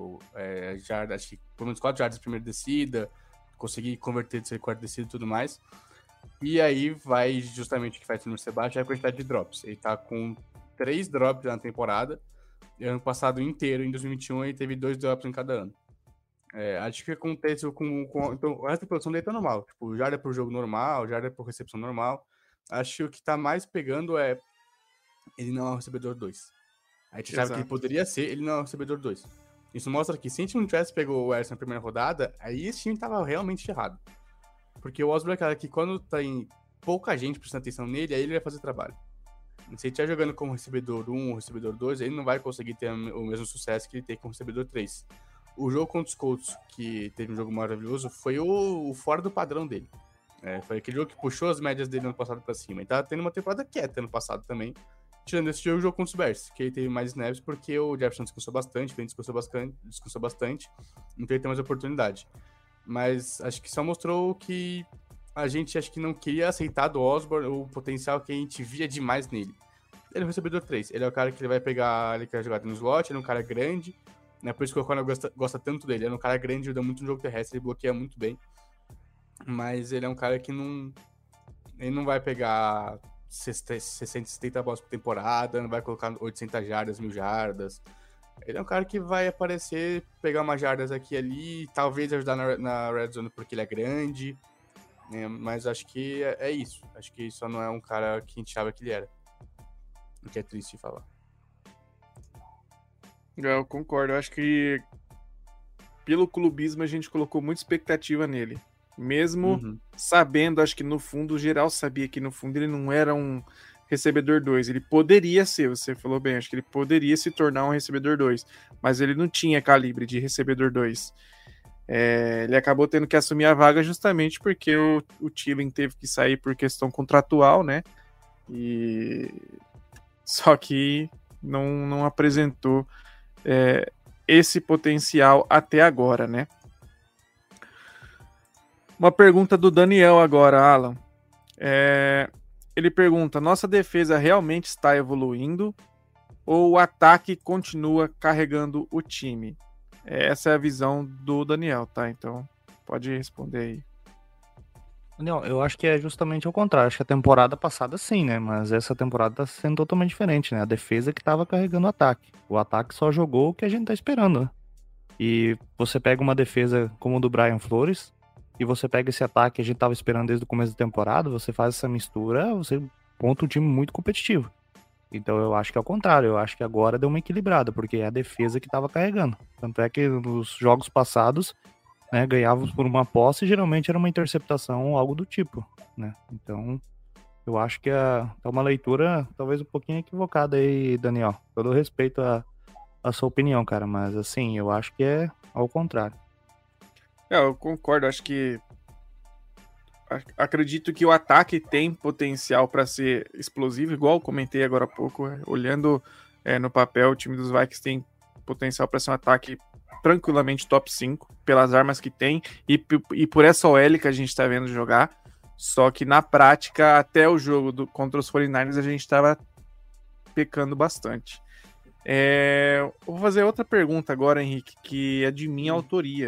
acho que pelo menos 4 jardas de primeira descida, consegui converter de quarta descida e tudo mais. E aí vai justamente o que faz o número ser baixo é a quantidade de drops. Ele tá com 3 drops na temporada. E ano passado inteiro, em 2021, ele teve 2 drops em cada ano. Acho que acontece então, o resto da produção dele tá normal. Tipo, jarda por jogo normal, jarda por recepção normal. Acho que o que tá mais pegando é ele não é um recebedor 2. A gente sabe que ele poderia ser, ele não é um recebedor 2. Isso mostra que se a gente não tivesse pegou o Erson na primeira rodada, aí esse time tava realmente errado. Porque o Osborne é cara que quando tem pouca gente prestando atenção nele, aí ele vai fazer trabalho. Se ele estiver jogando como recebedor 1 ou recebedor 2, ele não vai conseguir ter o mesmo sucesso que ele tem como recebedor 3. O jogo contra os Colts, que teve um jogo maravilhoso, foi o fora do padrão dele. Foi aquele jogo que puxou as médias dele no ano passado pra cima. Ele tava tendo uma temporada quieta ano passado também. Tirando esse jogo, o jogo contra os Bears, que ele teve mais snaps porque o Jefferson descansou bastante, o Ben descansou bastante, então ele tem mais oportunidade. Mas acho que só mostrou que a gente acho que não queria aceitar do Osborne o potencial que a gente via demais nele. Ele é um recebedor 3, ele é o cara que ele vai pegar, ele quer jogar no slot, ele é um cara grande, né? Por isso que o O'Connell gosta tanto dele. Ele é um cara grande, ajuda muito no jogo terrestre, ele bloqueia muito bem. Mas ele é um cara que ele não vai pegar 60, 70 bolas por temporada, não vai colocar 800 jardas, 1000 jardas. Ele é um cara que vai aparecer, pegar umas jardas aqui e ali, talvez ajudar na red zone porque ele é grande, né? Mas acho que é isso. Acho que só não é um cara que a gente achava que ele era. O que é triste falar. Eu concordo. Eu acho que pelo clubismo a gente colocou muita expectativa nele. Mesmo sabendo, acho que no fundo, o geral sabia que no fundo ele não era um recebedor 2. Ele poderia ser, você falou bem, acho que ele poderia se tornar um recebedor 2, mas ele não tinha calibre de recebedor 2. Ele acabou tendo que assumir a vaga justamente porque o Thielen teve que sair por questão contratual, né? Só que não apresentou esse potencial até agora, né? Uma pergunta do Daniel agora, Alan. Ele pergunta, nossa defesa realmente está evoluindo ou o ataque continua carregando o time? Essa é a visão do Daniel, tá? Então, pode responder aí. Daniel, eu acho que é justamente o contrário. Acho que a temporada passada sim, né? Mas essa temporada tá sendo totalmente diferente, né? A defesa que tava carregando o ataque. O ataque só jogou o que a gente tá esperando, né? E você pega uma defesa como o do Brian Flores e você pega esse ataque que a gente tava esperando desde o começo da temporada, você faz essa mistura, você monta um time muito competitivo. Então eu acho que é o contrário, eu acho que agora deu uma equilibrada, porque é a defesa que tava carregando. Tanto é que nos jogos passados, né, ganhávamos por uma posse e geralmente era uma interceptação ou algo do tipo, né? Então eu acho que é uma leitura talvez um pouquinho equivocada aí, Daniel. Todo respeito à sua opinião, cara, mas assim, eu acho que é ao contrário. Eu concordo, acho que acredito que o ataque tem potencial para ser explosivo, igual eu comentei agora há pouco, olhando no papel, o time dos Vikings tem potencial para ser um ataque tranquilamente top 5, pelas armas que tem e por essa OL que a gente está vendo jogar, só que na prática, até o jogo contra os 49ers, a gente estava pecando bastante. Vou fazer outra pergunta agora, Henrique, que é de minha autoria.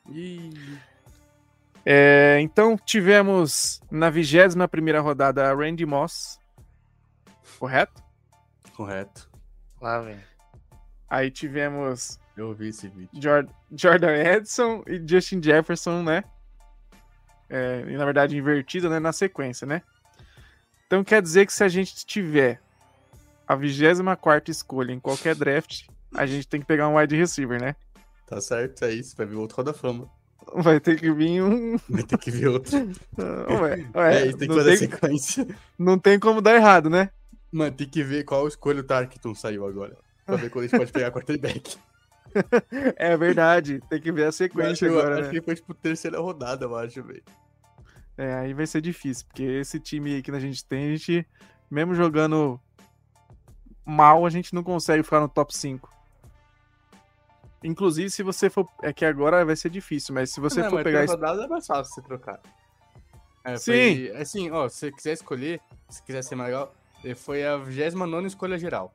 Então tivemos na 21ª rodada a Randy Moss, correto? Correto. Lá, velho. Aí tivemos Eu vi esse vídeo. Jordan Edson e Justin Jefferson, né? E na verdade invertido, né? Na sequência, né? Então quer dizer que se a gente tiver a 24ª escolha em qualquer draft, a gente tem que pegar um wide receiver, né? Tá certo, é isso. Vai vir outro Roda Fama. Vai ter que vir um... Vai ter que vir outro. Isso, tem que fazer a sequência. Não tem como dar errado, né? Mano, tem que ver qual escolha o Tarkenton saiu agora. Pra ver quando a gente pode pegar quarterback. É verdade, tem que ver a sequência agora, né? Acho que foi tipo terceira rodada, eu acho, velho. Aí vai ser difícil, porque esse time que a gente tem, mesmo jogando mal, a gente não consegue ficar no top 5. Inclusive, se você for... É que agora vai ser difícil, mas se você for pegar... rodada é mais fácil você trocar. Sim. Assim, ó, se você quiser escolher, se quiser ser mais legal, foi a 29ª escolha geral.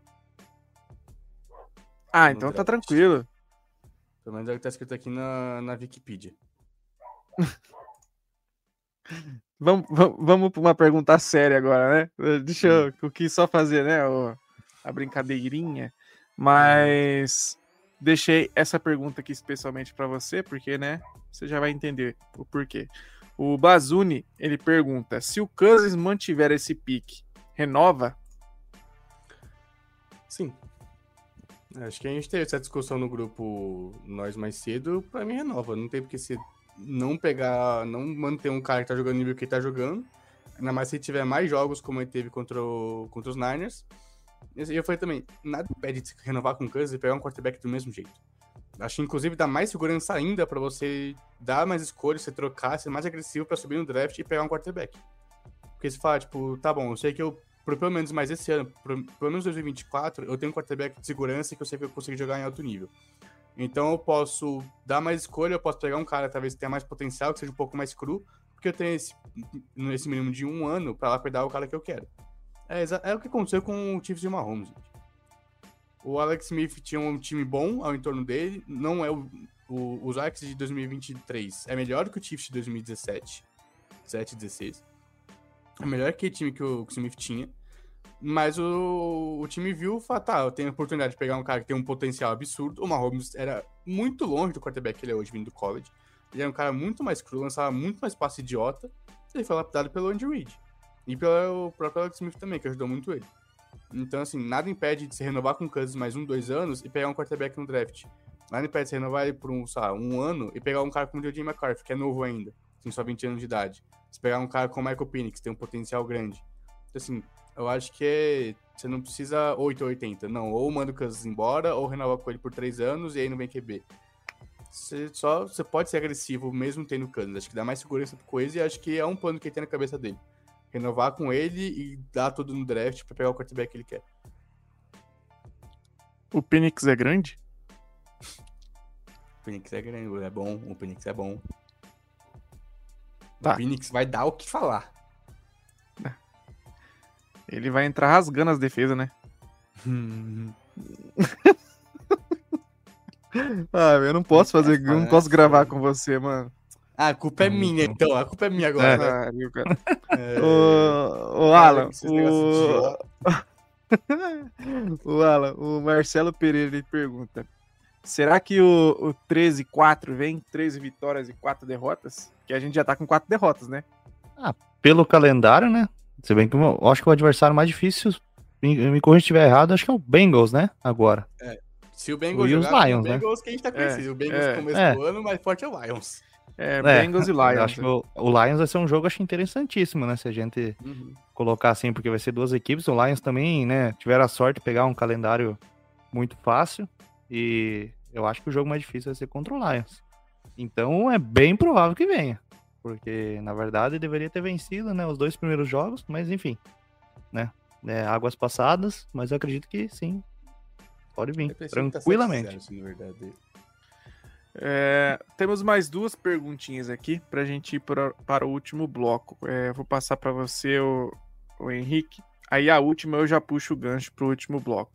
Então tá tranquilo. Pelo menos é o que tá escrito aqui na Wikipedia. Vamos pra uma pergunta séria agora, né? Deixa eu quis só fazer, né? A brincadeirinha. Mas deixei essa pergunta aqui especialmente pra você, porque, né? Você já vai entender o porquê. O Bazuni, ele pergunta, se o Cousins mantiver esse pique, renova? Sim. Acho que a gente teve essa discussão no grupo nós mais cedo, pra mim renova. Não tem porque se não manter um cara que tá jogando o nível que ele tá jogando, ainda mais se ele tiver mais jogos como ele teve contra os Niners. E eu falei também, nada impede de renovar com o Cousins e pegar um quarterback do mesmo jeito. Acho que inclusive dá mais segurança ainda pra você dar mais escolhas, você trocar, ser mais agressivo pra subir no draft e pegar um quarterback. Porque você fala, tipo, tá bom, eu sei que pelo menos mais esse ano, pelo menos 2024, eu tenho um quarterback de segurança que eu sei que eu consigo jogar em alto nível. Então eu posso dar mais escolha, eu posso pegar um cara talvez que tenha mais potencial, que seja um pouco mais cru, porque eu tenho esse mínimo de 1 ano pra lá cuidar o cara que eu quero. É o que aconteceu com o Chiefs e o Mahomes, gente. O Alex Smith tinha um time bom ao entorno dele, não é os Alex de 2023 é melhor que o Chiefs de 2017, 17, 16. É melhor que o time que o Smith tinha. Mas o time viu, tá, eu tenho a oportunidade de pegar um cara que tem um potencial absurdo. O Mahomes era muito longe do quarterback que ele é hoje, vindo do college. Ele era um cara muito mais cru, lançava muito mais passe idiota. Ele foi lapidado pelo Andy Reid. E pelo próprio Alex Smith também, que ajudou muito ele. Então, assim, nada impede de se renovar com o Cousins mais 2 anos e pegar um quarterback no draft. Nada impede de se renovar ele por um ano e pegar um cara como o J.J. McCarthy, que é novo ainda, tem só 20 anos de idade. Se pegar um cara como o Michael Penix, que tem um potencial grande. Então, assim, eu acho que você não precisa 8 ou 80, não. Ou manda o Cousins embora, ou renova com ele por 3 anos e aí não vem QB. Você pode ser agressivo mesmo tendo o Cousins. Acho que dá mais segurança pro Cousins e acho que é um plano que ele tem na cabeça dele. Renovar com ele e dar tudo no draft pra pegar o quarterback que ele quer. O Penix é grande? O Penix é grande, é bom. O Penix é bom. Tá. O Penix vai dar o que falar. Ele vai entrar rasgando as defesas, né? Eu não posso fazer, eu não posso gravar com você, mano. A culpa é minha, então. A culpa é minha agora. O Alan, o Alan, o Marcelo Pereira ele pergunta: será que o 13-4 vem 13 vitórias e 4 derrotas? Que a gente já tá com 4 derrotas, né? Pelo calendário, né? Se bem que eu acho que o adversário mais difícil, me corrija se estiver errado, acho que é o Bengals, né? Agora. Se o Bengals e os jogar, Lions, o Bengals que a gente tá conhecido. O Bengals no começo do ano, mais forte é o Lions. Bengals e Lions. Acho que o Lions vai ser um jogo, acho interessantíssimo, né? Se a gente colocar assim, porque vai ser 2 equipes. O Lions também, né? Tiveram a sorte de pegar um calendário muito fácil. E eu acho que o jogo mais difícil vai ser contra o Lions. Então é bem provável que venha. Porque, na verdade, deveria ter vencido, né? Os 2 primeiros jogos, mas enfim, né? Águas passadas, mas eu acredito que sim. Pode vir, tranquilamente. Temos mais 2 perguntinhas aqui pra gente ir para o último bloco. Vou passar para você, o Henrique. Aí a última eu já puxo o gancho pro último bloco.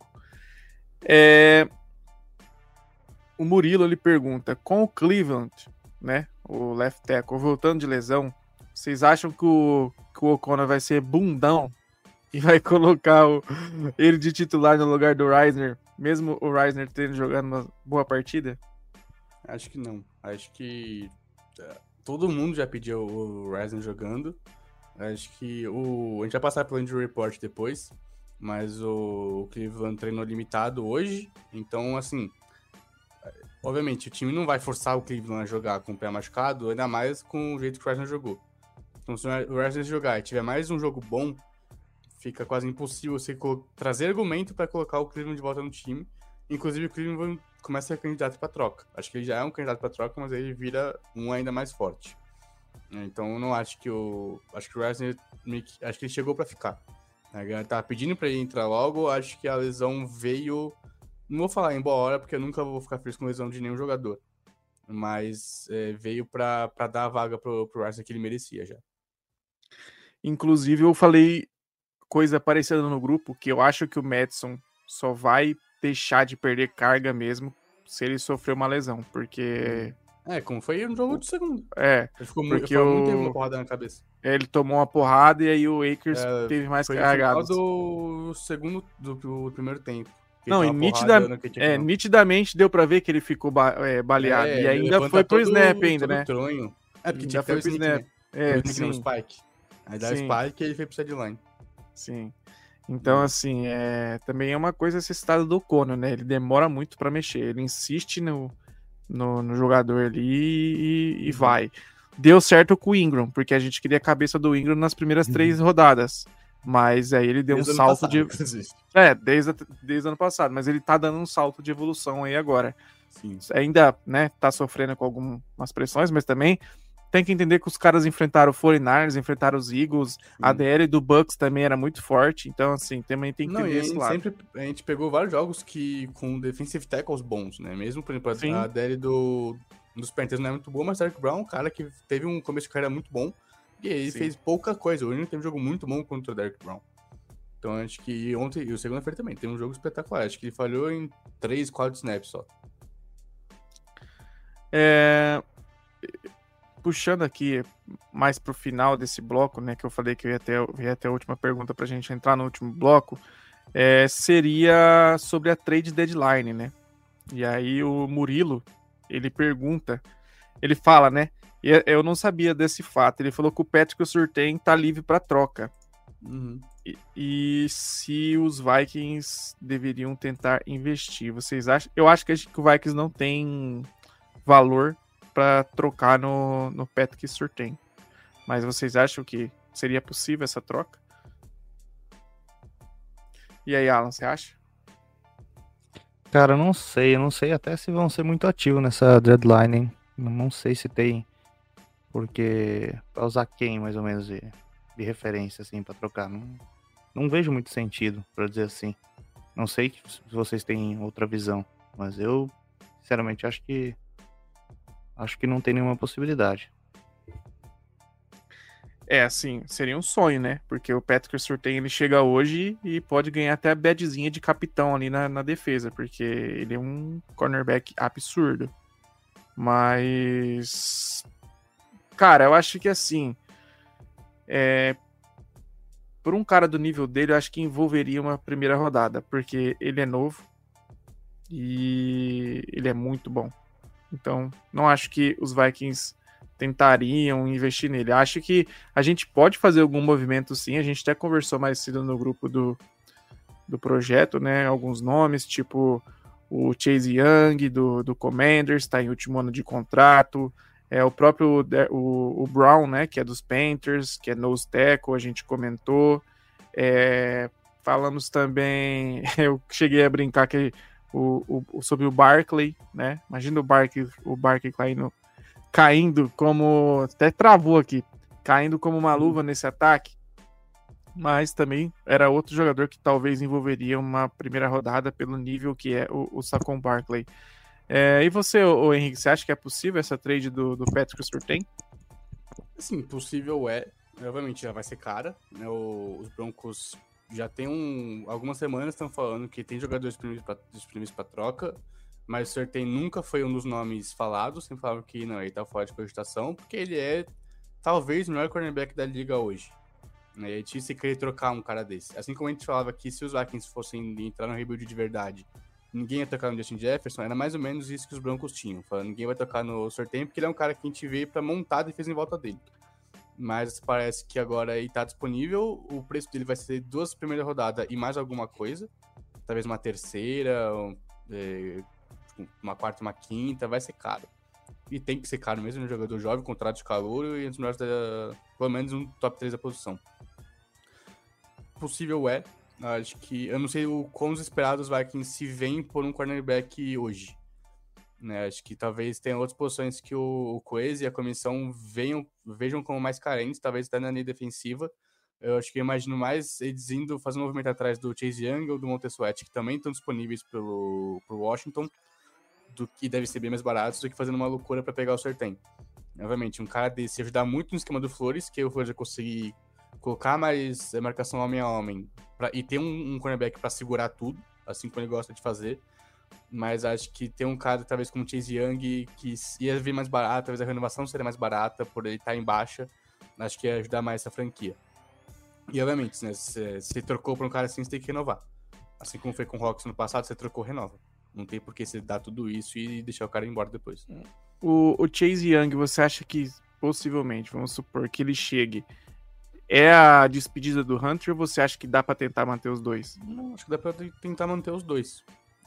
O Murilo ele pergunta: com o Cleveland, né? O left tackle voltando de lesão, vocês acham que o O'Connor vai ser bundão e vai colocar ele de titular no lugar do Reisner, mesmo o Reisner tendo jogado uma boa partida? Acho que não. Acho que todo mundo já pediu o Reisner jogando. Acho que a gente vai passar pelo injury report depois, mas o Cleveland treinou limitado hoje, então assim, obviamente o time não vai forçar o Cleveland a jogar com o pé machucado, ainda mais com o jeito que o Reisner jogou. Então se o Reisner jogar e tiver mais um jogo bom, fica quase impossível você trazer argumento para colocar o Cleveland de volta no time. Inclusive o Cleveland começa a ser candidato para troca. Acho que ele já é um candidato para troca, mas ele vira um ainda mais forte. Então eu não acho que acho que o Reisner acho que ele chegou para ficar. A galera tava pedindo para ele entrar logo, acho que a lesão veio, não vou falar embora porque eu nunca vou ficar feliz com lesão de nenhum jogador, mas veio para dar a vaga pro Reisner que ele merecia já. Inclusive eu falei coisa parecida no grupo, que eu acho que o Madison só vai deixar de perder carga mesmo se ele sofrer uma lesão, porque... como foi no jogo de segundo. Ele ficou muito tempo uma porrada na cabeça. Ele tomou uma porrada e aí o Akers teve mais carregado. Foi no final do primeiro tempo. Não, e nitidamente deu pra ver que ele ficou baleado. E ainda foi pro snap ainda, né? Tronho. Porque ainda foi pro snap. Sim. Spike. Aí dá o Spike e ele foi pro sideline. Sim. Então, assim, também é uma coisa esse estado do O'Connor, né? Ele demora muito pra mexer. Ele insiste no jogador ali e vai. Deu certo com o Ingram, porque a gente queria a cabeça do Ingram nas primeiras 3 rodadas. Mas aí ele deu um salto de... desde o ano passado. Mas ele tá dando um salto de evolução aí agora. Sim. Ainda, né, tá sofrendo com algumas pressões, mas também tem que entender que os caras enfrentaram o 49ers, enfrentaram os Eagles, a DL do Bucks também era muito forte, então assim, também tem que ter esse lado. A gente pegou vários jogos com defensive tackles bons, né? Mesmo, por exemplo, a DL dos Panthers não é muito boa, mas o Derrick Brown é um cara que teve um começo de carreira muito bom, e ele fez pouca coisa. Hoje ele teve um jogo muito bom contra o Derrick Brown. Então acho que ontem, e o segunda-feira também, tem um jogo espetacular. Acho que ele falhou em 3, 4 snaps só. Puxando aqui mais pro final desse bloco, né, que eu falei que eu ia ter a última pergunta pra gente entrar no último bloco, seria sobre a trade deadline, né? E aí o Murilo, ele pergunta, ele fala, né? Eu não sabia desse fato. Ele falou que o Patrick Surtain tá livre para troca. Uhum. E se os Vikings deveriam tentar investir, vocês acham? Eu acho que o Vikings não tem valor para trocar no Patrick Surtain. Mas vocês acham que seria possível essa troca? E aí, Alan, você acha? Cara, eu não sei até se vão ser muito ativos nessa deadline, hein? Não sei se tem, porque pra usar quem, mais ou menos, de referência, assim, pra trocar. Não vejo muito sentido, pra dizer assim. Não sei se vocês têm outra visão, mas eu, sinceramente, acho que não tem nenhuma possibilidade. Assim, seria um sonho, né? Porque o Patrick Surtain, ele chega hoje e pode ganhar até a badzinha de capitão ali na defesa, porque ele é um cornerback absurdo. Mas, cara, eu acho que assim, por um cara do nível dele, eu acho que envolveria uma primeira rodada, porque ele é novo e ele é muito bom. Então, não acho que os Vikings tentariam investir nele. Acho que a gente pode fazer algum movimento sim. A gente até conversou mais cedo no grupo do projeto, né? Alguns nomes, tipo o Chase Young do Commanders, está em último ano de contrato. O próprio o Brown, né? Que é dos Panthers, que é nose tackle, a gente comentou. Falamos também, eu cheguei a brincar que sobre o Barkley, né? Imagina o Barkley caindo como... Até travou aqui. Caindo como uma luva nesse ataque. Mas também era outro jogador que talvez envolveria uma primeira rodada pelo nível que é o Saquon Barkley. E você, Henrique, você acha que é possível essa trade do Patrick Surtain? Sim, possível é. Obviamente já vai ser cara, né? Os Broncos já tem algumas semanas estão falando que tem jogadores disponíveis para troca, mas o Surtain nunca foi um dos nomes falados, sempre falavam que não, ele tá fora de cogitação, porque ele é talvez o melhor cornerback da liga hoje. Né? E é difícil querer trocar um cara desse. Assim como a gente falava que se os Vikings fossem entrar no rebuild de verdade, ninguém ia tocar no Justin Jefferson, era mais ou menos isso que os Broncos tinham. Falando, ninguém vai tocar no Surtain porque ele é um cara que a gente veio para montar a defesa em volta dele. Mas parece que agora ele tá disponível, o preço dele vai ser 2 primeiras rodadas e mais alguma coisa, talvez uma terceira, uma quarta, uma quinta, vai ser caro. E tem que ser caro mesmo, um jogador jovem, contrato de calor e entre melhores pelo menos um top 3 da posição. Possível acho que, eu não sei o quão esperados os Vikings se veem por um cornerback hoje. Né, acho que talvez tenha outras posições que o Kwesi e a comissão vejam como mais carentes, talvez até na linha defensiva. Eu acho que eu imagino mais eles indo fazer um movimento atrás do Chase Young ou do Montez Sweat, que também estão disponíveis pro Washington, do que deve ser bem mais baratos do que fazendo uma loucura para pegar o Surtain. Obviamente, um cara desse ajudar muito no esquema do Flores, que o Flores vai conseguir colocar mais marcação homem a homem e ter um cornerback para segurar tudo, assim como ele gosta de fazer. Mas acho que tem um cara, talvez como o Chase Young, que ia vir mais barato, talvez a renovação seria mais barata por ele estar em baixa. Acho que ia ajudar mais essa franquia. E obviamente, né, se trocou para um cara assim, você tem que renovar. Assim como foi com o Hawks no passado, você trocou, renova. Não tem por que você dar tudo isso e deixar o cara embora depois. O Chase Young, você acha que possivelmente, vamos supor que ele chegue, é a despedida do Hunter ou você acha que dá para tentar manter os dois? Não, acho que dá para tentar manter os dois.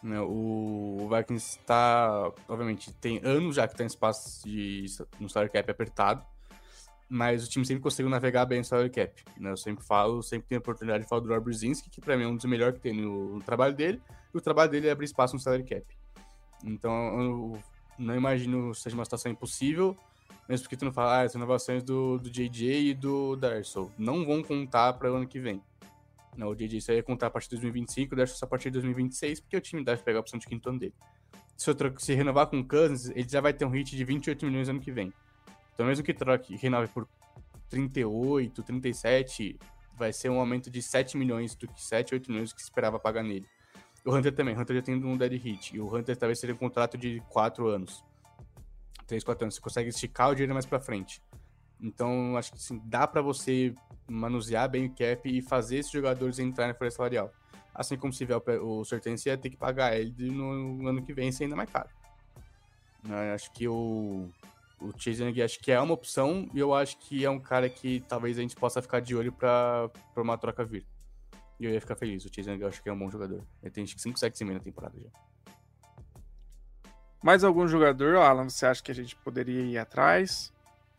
O Vikings está, obviamente, tem anos já que tem espaço no salary cap apertado, mas o time sempre conseguiu navegar bem no salary cap. Né? Eu sempre tenho a oportunidade de falar do Rob Brzezinski, que para mim é um dos melhores que tem no trabalho dele, e o trabalho dele é abrir espaço no salary cap. Então, eu não imagino que seja uma situação impossível, mesmo porque tu não fala, as renovações do JJ e do Darsow não vão contar para o ano que vem. Não, o JJ só ia contar a partir de 2025, o Darsow só a partir de 2026, porque o time deve pegar a opção de quinto ano dele. Se renovar com o Cousins, ele já vai ter um hit de 28 milhões ano que vem. Então, mesmo que renove por 38, 37, vai ser um aumento de 7 milhões do que 7, 8 milhões que se esperava pagar nele. O Hunter também. O Hunter já tem um dead hit. E o Hunter talvez seria um contrato de 4 anos. 3, 4 anos. Você consegue esticar o dinheiro mais pra frente. Então, acho que assim, dá pra você manusear bem o cap e fazer esses jogadores entrarem na folha salarial. Assim como se vier o Surtense, ia ter que pagar ele no ano que vem, ser ainda mais caro. Acho que o Chase Young acho que é uma opção e eu acho que é um cara que talvez a gente possa ficar de olho pra uma troca vir. E eu ia ficar feliz. O Chase Young eu acho que é um bom jogador. Ele tem 5 sacks e meio na temporada já. Mais algum jogador, Alan, você acha que a gente poderia ir atrás?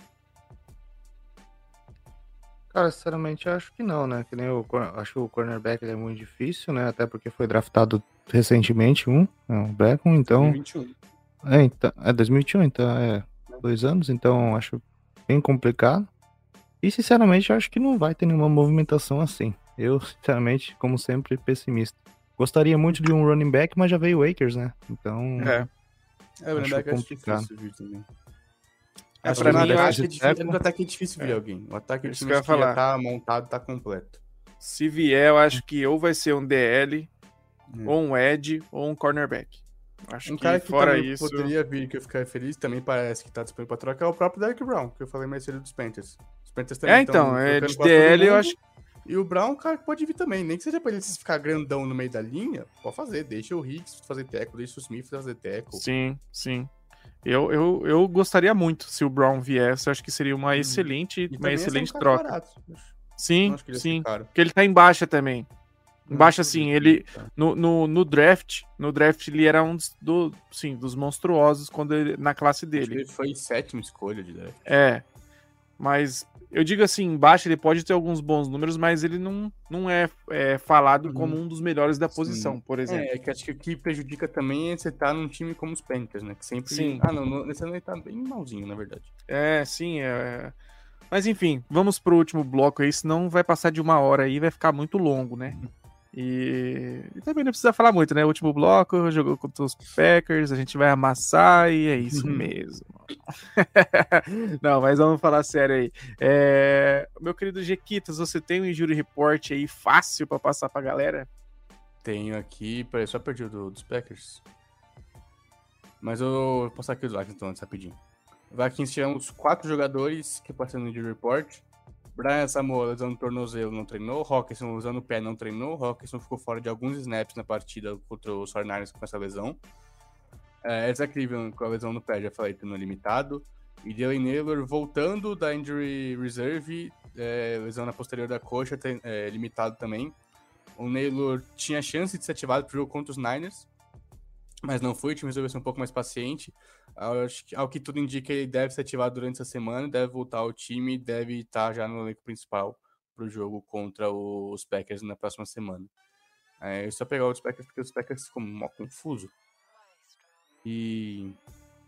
Cara, sinceramente, eu acho que não, né? Que nem acho que o cornerback ele é muito difícil, né? Até porque foi draftado recentemente o Beckham, então... 2021. Então, é 2021, então é 2 anos, então acho bem complicado. E, sinceramente, eu acho que não vai ter nenhuma movimentação assim. Eu, sinceramente, como sempre, pessimista. Gostaria muito de um running back, mas já veio o Akers, né? Então, o running back complicado. acho difícil vir também. Pra mim, eu acho que no ataque é difícil vir alguém. O ataque do time que já tá montado, tá completo. Se vier, eu acho que ou vai ser um DL, ou um edge, ou um cornerback. Acho cara que fora também isso... poderia vir, que eu ficaria feliz, também parece que tá disponível pra trocar, é o próprio Derrick Brown, que eu falei mais cedo dos Panthers. Os Panthers também então, trocando de quase DL todo eu mundo. acho... E o Brown, cara, que pode vir também. Nem que seja pra ele ficar grandão no meio da linha, pode fazer. Deixa o Hicks fazer tackle, deixa o Smith fazer tackle. Sim. Eu gostaria muito se o Brown viesse. Eu acho que seria uma excelente troca. Barato. Sim. Caro. Porque ele tá em baixa também. Em baixa, assim, ele... No draft, ele era um dos monstruosos na classe dele. Ele foi 7ª escolha de draft. Mas eu digo assim, embaixo ele pode ter alguns bons números, mas ele não é falado como um dos melhores da posição, por exemplo. É que acho que o que prejudica também é você estar num time como os Panthers, né? Que sempre... Sim. Nesse ano ele tá bem malzinho, na verdade. Sim. Mas enfim, vamos pro último bloco aí, senão vai passar de 1 hora aí, vai ficar muito longo, né? E também não precisa falar muito, né? O último bloco, jogou contra os Packers, a gente vai amassar e é isso mesmo. Não, mas vamos falar sério aí. Meu querido Jequitas, você tem um injury report aí fácil pra passar pra galera? Tenho aqui, peraí, só perdi o dos Packers. Mas eu vou passar aqui os Vikings então, antes, rapidinho. Vikings tivemos 4 jogadores que passaram no injury report. Brian Samuel usando o tornozelo não treinou, Hockenson usando o pé não treinou, Hockenson ficou fora de alguns snaps na partida contra os 49ers com essa lesão. Ezra Cleveland com a lesão no pé, já falei, tendo limitado. E Jalen Naylor voltando da injury reserve, lesão na posterior da coxa, limitado também. O Naylor tinha chance de ser ativado pro jogo contra os Niners, mas não foi, o time resolveu ser um pouco mais paciente. Ao que tudo indica, ele deve ser ativado durante essa semana, deve voltar ao time e deve estar já no elenco principal pro jogo contra os Packers na próxima semana. É só pegar os Packers, porque os Packers ficam mó confuso. E...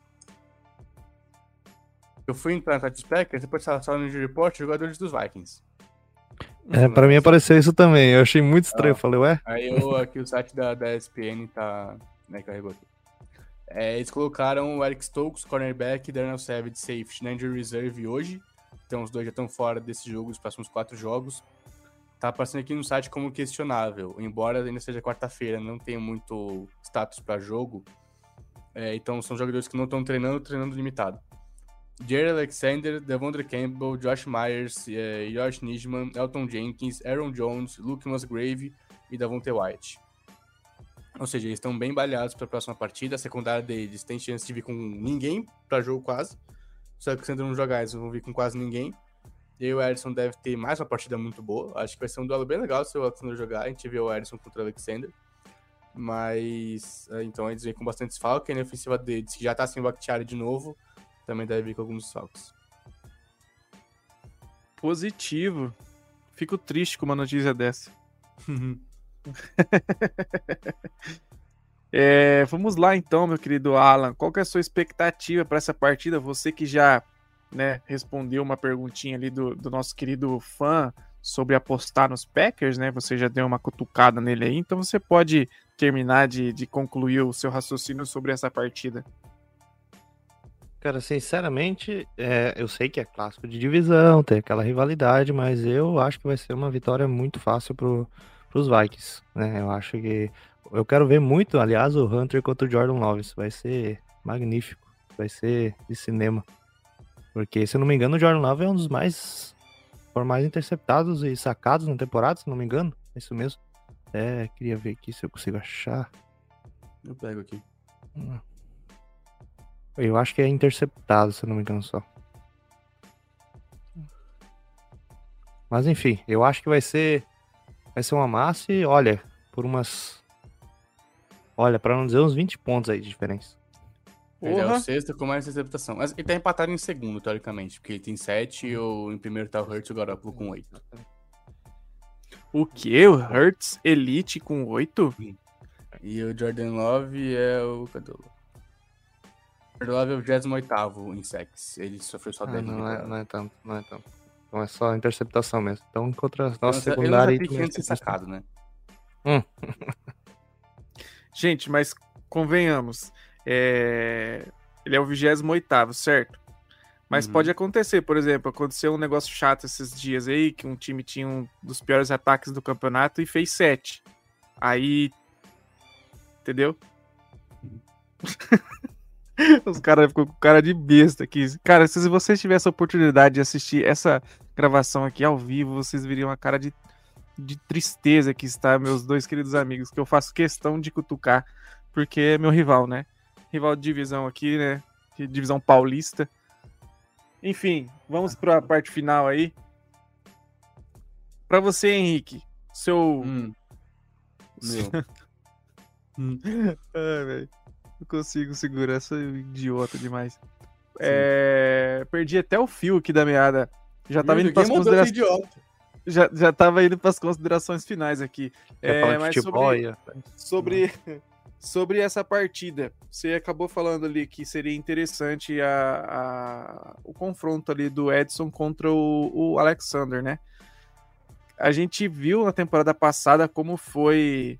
eu fui entrar no dos Packers, depois só no report, jogadores dos Vikings. Pra mim apareceu isso também, eu achei muito estranho, eu falei, ué? Aí aqui o site da ESPN tá... né, carregou aqui. Eles colocaram o Eric Stokes, cornerback, e Darnell Savage, safety, na injury reserve hoje. Então os dois já estão fora desse jogo, os próximos 4 jogos. Tá aparecendo aqui no site como questionável, embora ainda seja quarta-feira, não tenha muito status para jogo. Então são jogadores que não estão treinando limitado. Jared Alexander, Devondre Campbell, Josh Myers, Josh Nijman, Elton Jenkins, Aaron Jones, Luke Musgrave e Davonte Wyatt. Ou seja, eles estão bem baleados para a próxima partida. A secundária deles tem chance de vir com ninguém para jogo quase. Só que se não jogar, eles vão vir com quase ninguém. E o Ederson deve ter mais uma partida muito boa. Acho que vai ser um duelo bem legal se o Alexander jogar. A gente vê o Ederson contra o Alexander. Mas, então eles vêm com bastante desfalque. A ofensiva deles, que já tá sem o Bakhtiari de novo, também deve vir com alguns desfalques. Positivo. Fico triste com uma notícia dessa. Vamos lá então, meu querido Alan. Qual que é a sua expectativa para essa partida? Você que já, né, respondeu uma perguntinha ali do nosso querido fã sobre apostar nos Packers, né? Você já deu uma cutucada nele aí, então você pode terminar de concluir o seu raciocínio sobre essa partida. Cara, sinceramente, eu sei que é clássico de divisão, tem aquela rivalidade, mas eu acho que vai ser uma vitória muito fácil pros Vikings, né? Eu acho que... Eu quero ver muito, aliás, o Hunter contra o Jordan Love. Isso vai ser magnífico. Vai ser de cinema. Porque, se eu não me engano, o Jordan Love é um dos mais interceptados e sacados na temporada, se não me engano. É isso mesmo. Queria ver aqui se eu consigo achar. Eu pego aqui. Eu acho que é interceptado, se eu não me engano só. Mas enfim, eu acho que vai ser uma massa e olha, pra não dizer uns 20 pontos aí de diferença. Ele é o Porra. sexto com mais interceptação. Mas ele tá empatado em segundo, teoricamente, porque ele tem 7 e em primeiro tá o Hurts e o Garoppolo com 8. O quê? O Hurts Elite com 8? E o Jordan Love é o... Cadê o... Jordan Love é o 28º em sacks. Ele sofreu só 10 não temporada. é tanto. Então é só interceptação mesmo. Então contra a nossa Ele não secundária... tá pequeno de ser sacado, né? Gente, mas convenhamos. Ele é o 28º, certo? Mas pode acontecer, por exemplo, aconteceu um negócio chato esses dias aí, que um time tinha um dos piores ataques do campeonato e fez 7. Aí... Entendeu? Os caras ficam com cara de besta aqui. Cara, se vocês tivessem a oportunidade de assistir essa gravação aqui ao vivo, vocês viriam a cara de tristeza que está meus dois queridos amigos, que eu faço questão de cutucar, porque é meu rival, né? Rival de divisão aqui, né? De divisão paulista. Enfim, vamos para a parte final aí. Para você, Henrique, seu... Ai, velho. Não consigo segurar, sou idiota demais. Perdi até o fio aqui da meada. Já tava indo para as considerações. Já tava indo para as considerações finais aqui. Mas sobre essa partida, você acabou falando ali que seria interessante o confronto ali do Edson contra o Alexander, né? A gente viu na temporada passada como foi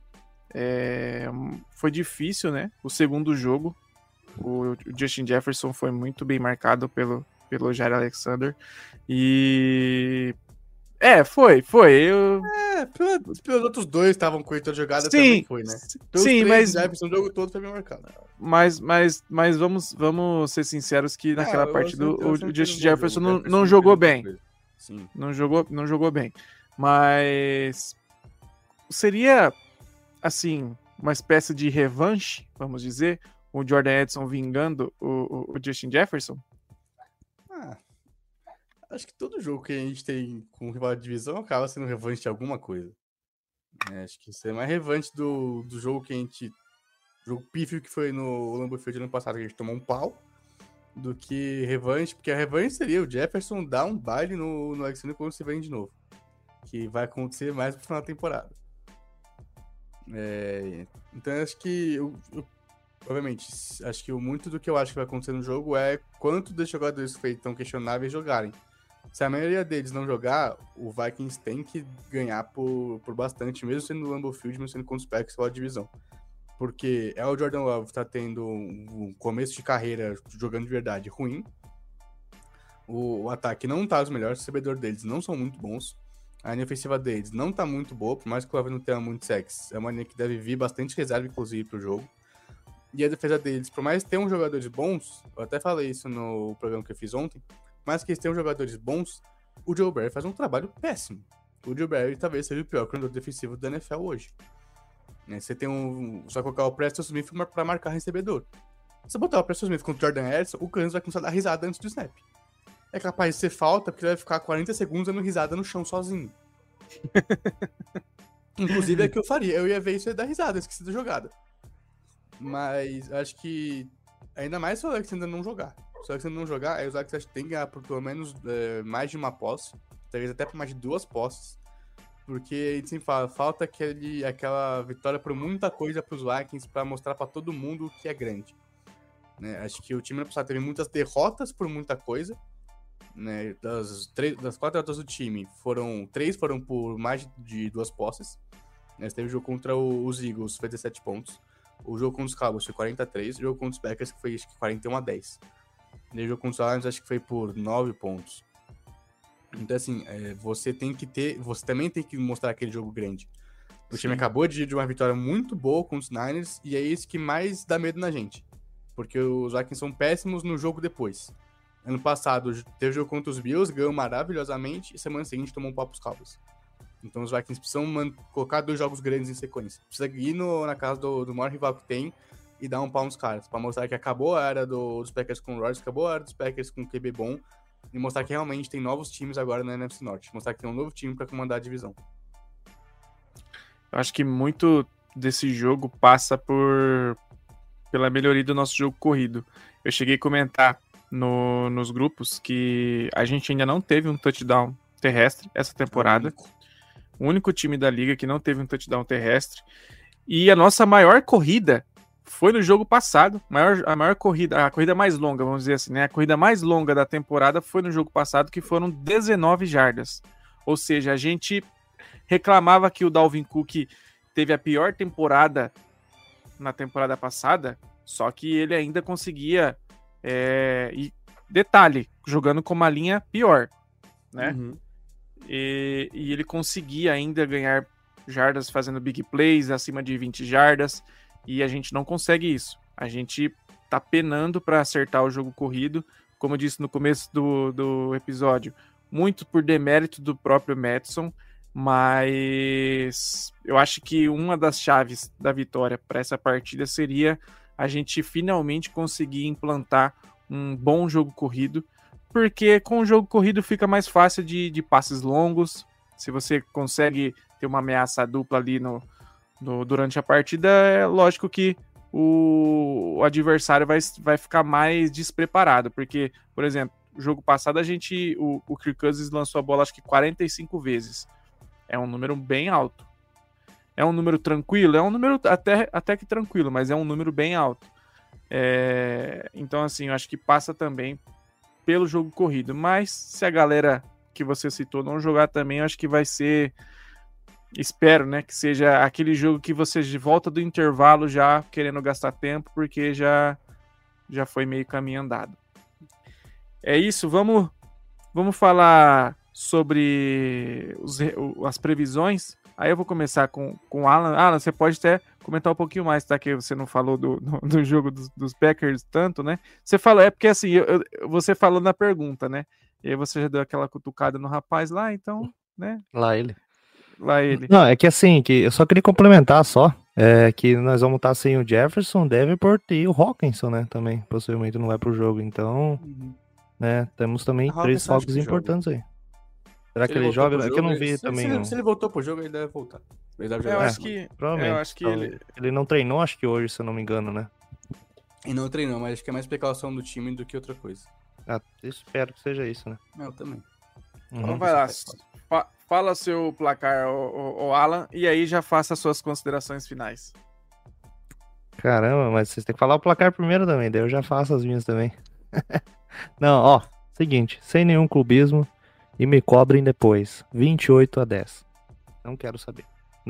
difícil, né? O segundo jogo, o Justin Jefferson foi muito bem marcado pelo Jair Alexander e foi. Pelos outros dois estavam com a jogada, sim, também foi, né? Sim, mas Jefferson, o jogo todo foi bem marcado. Mas vamos ser sinceros que naquela partida o Justin Jefferson não jogou bem. Sim. Não jogou bem. Mas seria assim, uma espécie de revanche, vamos dizer, o Jordan Edson vingando o Justin Jefferson? Acho que todo jogo que a gente tem com rival de divisão acaba sendo revanche de alguma coisa. Acho que isso é mais revanche do jogo que a gente... Jogo pífio que foi no Lambeau Field ano passado, que a gente tomou um pau, do que revanche, porque a revanche seria o Jefferson dar um baile no Alexander quando se vem de novo. Que vai acontecer mais no final da temporada. Então acho que obviamente, acho que muito do que eu acho que vai acontecer no jogo é quanto dos jogadores que estão questionáveis jogarem. Se a maioria deles não jogar, o Vikings tem que ganhar por bastante, mesmo sendo no Lambeau Field, mesmo sendo contra os Packers pela divisão. Porque o Jordan Love tá tendo um começo de carreira jogando de verdade ruim. O ataque não tá os melhores, os recebedores deles não são muito bons. A linha ofensiva deles não tá muito boa, por mais que o Love não tenha muito sexo. É uma linha que deve vir bastante reserva, inclusive, pro jogo. E a defesa deles, por mais que tenham jogadores bons, eu até falei isso no programa que eu fiz ontem, mas que eles tenham jogadores bons, o Joe Barry faz um trabalho péssimo. O Joe Barry talvez seja o pior coordenador defensivo da NFL hoje. Você tem só colocar o Preston Smith pra marcar recebedor. Se botar o Preston Smith contra o Jordan Edson, o Kansas vai começar a dar risada antes do snap. É capaz de ser falta, porque ele vai ficar 40 segundos dando risada no chão sozinho. Inclusive é o que eu faria. Eu ia ver isso e ia dar risada, esqueci da jogada. Mas acho que ainda mais se o Alexander não jogar. Se o Alexander não jogar, aí os Vikings tem que ganhar por pelo menos mais de uma posse, talvez até por mais de 2 posses, porque a gente sempre fala, falta aquela vitória por muita coisa para os Vikings para mostrar para todo mundo que é grande. Acho que o time ano passado teve muitas derrotas por muita coisa. Das 4 derrotas do time, 3 foram por mais de 2 posses. Teve o jogo contra os Eagles, foi 17 pontos. O jogo contra os Cowboys foi 43, o jogo contra os Packers foi acho que 41-10. E o jogo contra os Lions acho que foi por 9 pontos. Então, assim, você também tem que mostrar aquele jogo grande. O time acabou de uma vitória muito boa com os Niners, e é isso que mais dá medo na gente. Porque os Vikings são péssimos no jogo depois. Ano passado, teve jogo contra os Bills, ganhou maravilhosamente, e semana seguinte tomou um pau pros Cowboys. Então os Vikings precisam colocar 2 jogos grandes em sequência. Precisa ir na casa do maior rival que tem e dar um pau nos caras, pra mostrar que acabou a era dos Packers com o Rodgers, acabou a era dos Packers com o QB bom, e mostrar que realmente tem novos times agora na NFC Norte. Mostrar que tem um novo time pra comandar a divisão. Eu acho que muito desse jogo passa pela melhoria do nosso jogo corrido. Eu cheguei a comentar nos grupos que a gente ainda não teve um touchdown terrestre essa temporada. O único time da liga que não teve um touchdown terrestre. E a nossa maior corrida foi no jogo passado. A maior corrida, a corrida mais longa, vamos dizer assim, né? A corrida mais longa da temporada foi no jogo passado, que foram 19 jardas. Ou seja, a gente reclamava que o Dalvin Cook teve a pior temporada na temporada passada, só que ele ainda conseguia, e detalhe, jogando com uma linha pior, né? Uhum. E ele conseguia ainda ganhar jardas fazendo big plays acima de 20 jardas, e a gente não consegue isso. A gente tá penando para acertar o jogo corrido, como eu disse no começo do episódio, muito por demérito do próprio Mattison, mas eu acho que uma das chaves da vitória para essa partida seria a gente finalmente conseguir implantar um bom jogo corrido, porque com o jogo corrido fica mais fácil de passes longos. Se você consegue ter uma ameaça dupla ali durante a partida, é lógico que o adversário vai ficar mais despreparado, porque, por exemplo, no jogo passado o Kirk Cousins lançou a bola acho que 45 vezes. É um número bem alto. É um número tranquilo? É um número até que tranquilo, mas é um número bem alto. Então, assim, eu acho que passa também pelo jogo corrido. Mas se a galera que você citou não jogar também, eu acho que vai ser... Espero, né, que seja aquele jogo que você volta do intervalo já querendo gastar tempo, porque já foi meio caminho andado. É isso, vamos falar sobre as previsões. Aí eu vou começar com o Alan. Alan, você pode até comentar um pouquinho mais, tá? Que você não falou do jogo dos Packers tanto, né? Você falou, porque assim, você falou na pergunta, né? E aí você já deu aquela cutucada no rapaz lá, então, né? Lá ele. Ele. Não, é que assim, que eu só queria complementar só, que nós vamos estar sem o Jefferson, Davenport e o Hawkinson, né? Também, possivelmente não vai pro jogo, então, né? Temos também 3 jogos importantes aí. Será que ele joga? É que eu não vi também. Se ele voltou pro jogo, ele deve voltar. Ele deve jogar. Eu acho que ele não treinou, acho que hoje, se eu não me engano, né? E não treinou, mas acho que é mais precaução do time do que outra coisa. Espero que seja isso, né? Eu também. Então vai lá. Fala seu placar, o Alan, e aí já faça as suas considerações finais. Caramba, mas vocês têm que falar o placar primeiro também, daí eu já faço as minhas também. Não, ó, seguinte, sem nenhum clubismo, e me cobrem depois, 28-10. Não quero saber.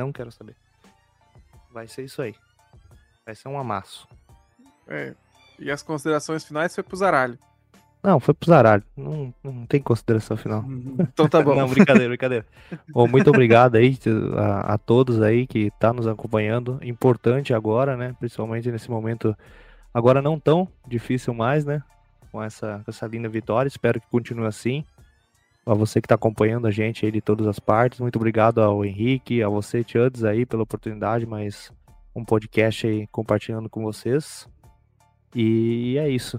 Vai ser isso aí. Vai ser um amasso. E as considerações finais foi pro Zaralho. Não, foi pro Zaralho. Não tem consideração final. Então tá bom. Não, brincadeira. Bom, muito obrigado aí a todos aí que tá nos acompanhando. Importante agora, né? Principalmente nesse momento, agora não tão difícil mais, né? Com essa linda vitória. Espero que continue assim. A você que tá acompanhando a gente aí de todas as partes. Muito obrigado ao Henrique, a você, Chuds, aí pela oportunidade, mais um podcast aí compartilhando com vocês. E é isso.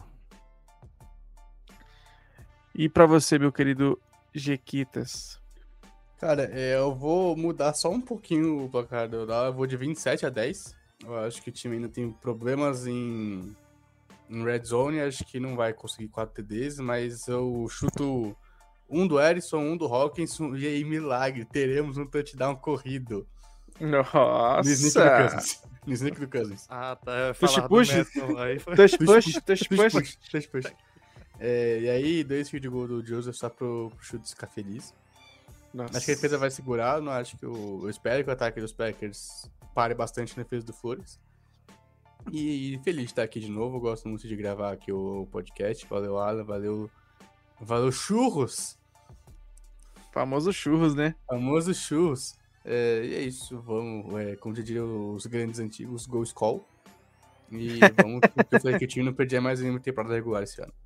E pra você, meu querido Jequitas? Cara, eu vou mudar só um pouquinho o placar do Dal. Eu vou de 27-10. Eu acho que o time ainda tem problemas em red zone. Acho que não vai conseguir 4 TDs, mas eu chuto um do Erisson, um do Hawkinson, e aí, milagre, teremos um touchdown corrido. Nossa! No sneak do Cousins. Tá. Touch push. E aí, 2 field goal do Joseph só pro Schultz ficar feliz. Nossa. Acho que a defesa vai segurar. Não acho que eu espero que o ataque dos Packers pare bastante na defesa do Flores. E feliz de estar aqui de novo. Eu gosto muito de gravar aqui o podcast. Valeu, Alan. Valeu, Churros. Famoso churros, né? Famoso Churros. E é isso. Vamos, como já diriam os grandes antigos, Go Skol. E vamos, porque eu falei que o time não perdia mais nenhuma temporada regular esse ano.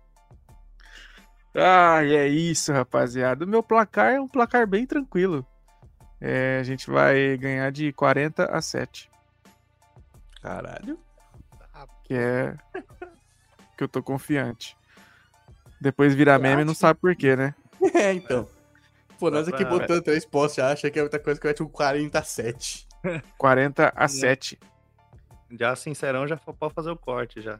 E é isso, rapaziada. O meu placar é um placar bem tranquilo. A gente vai ganhar de 40-7. Caralho. Que é que eu tô confiante. Depois virar meme não sabe por quê, né? Então. Pô, nós aqui botando 3 postos, já acha que é outra coisa que vai ter um 47. 40-7. Já sincerão, já pode fazer o corte já.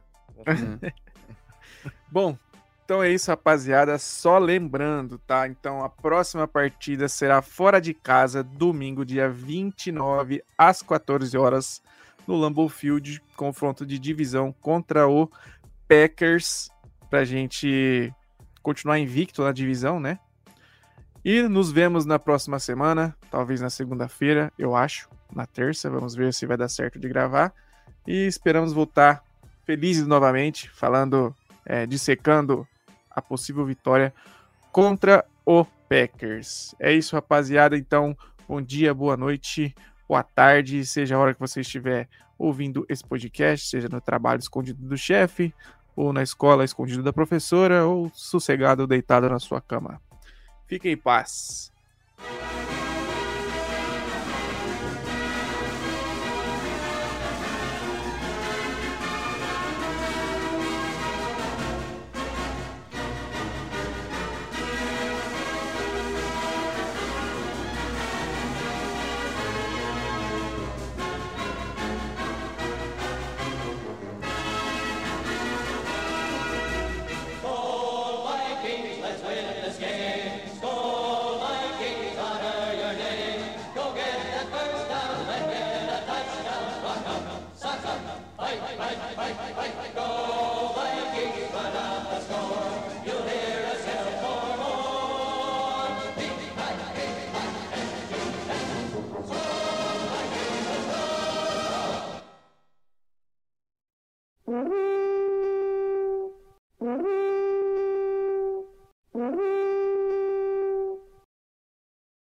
Bom, então é isso, rapaziada. Só lembrando, tá? Então a próxima partida será fora de casa, domingo, dia 29, às 14 horas, no Lambeau Field, confronto de divisão contra o Packers, pra gente continuar invicto na divisão, né? E nos vemos na próxima semana, talvez na segunda-feira, eu acho, na terça. Vamos ver se vai dar certo de gravar. E esperamos voltar felizes novamente, falando, dissecando a possível vitória contra o Packers. É isso, rapaziada. Então, bom dia, boa noite, boa tarde, seja a hora que você estiver ouvindo esse podcast, seja no trabalho escondido do chefe, ou na escola escondido da professora, ou sossegado deitado na sua cama. Fique em paz. Mm-hmm.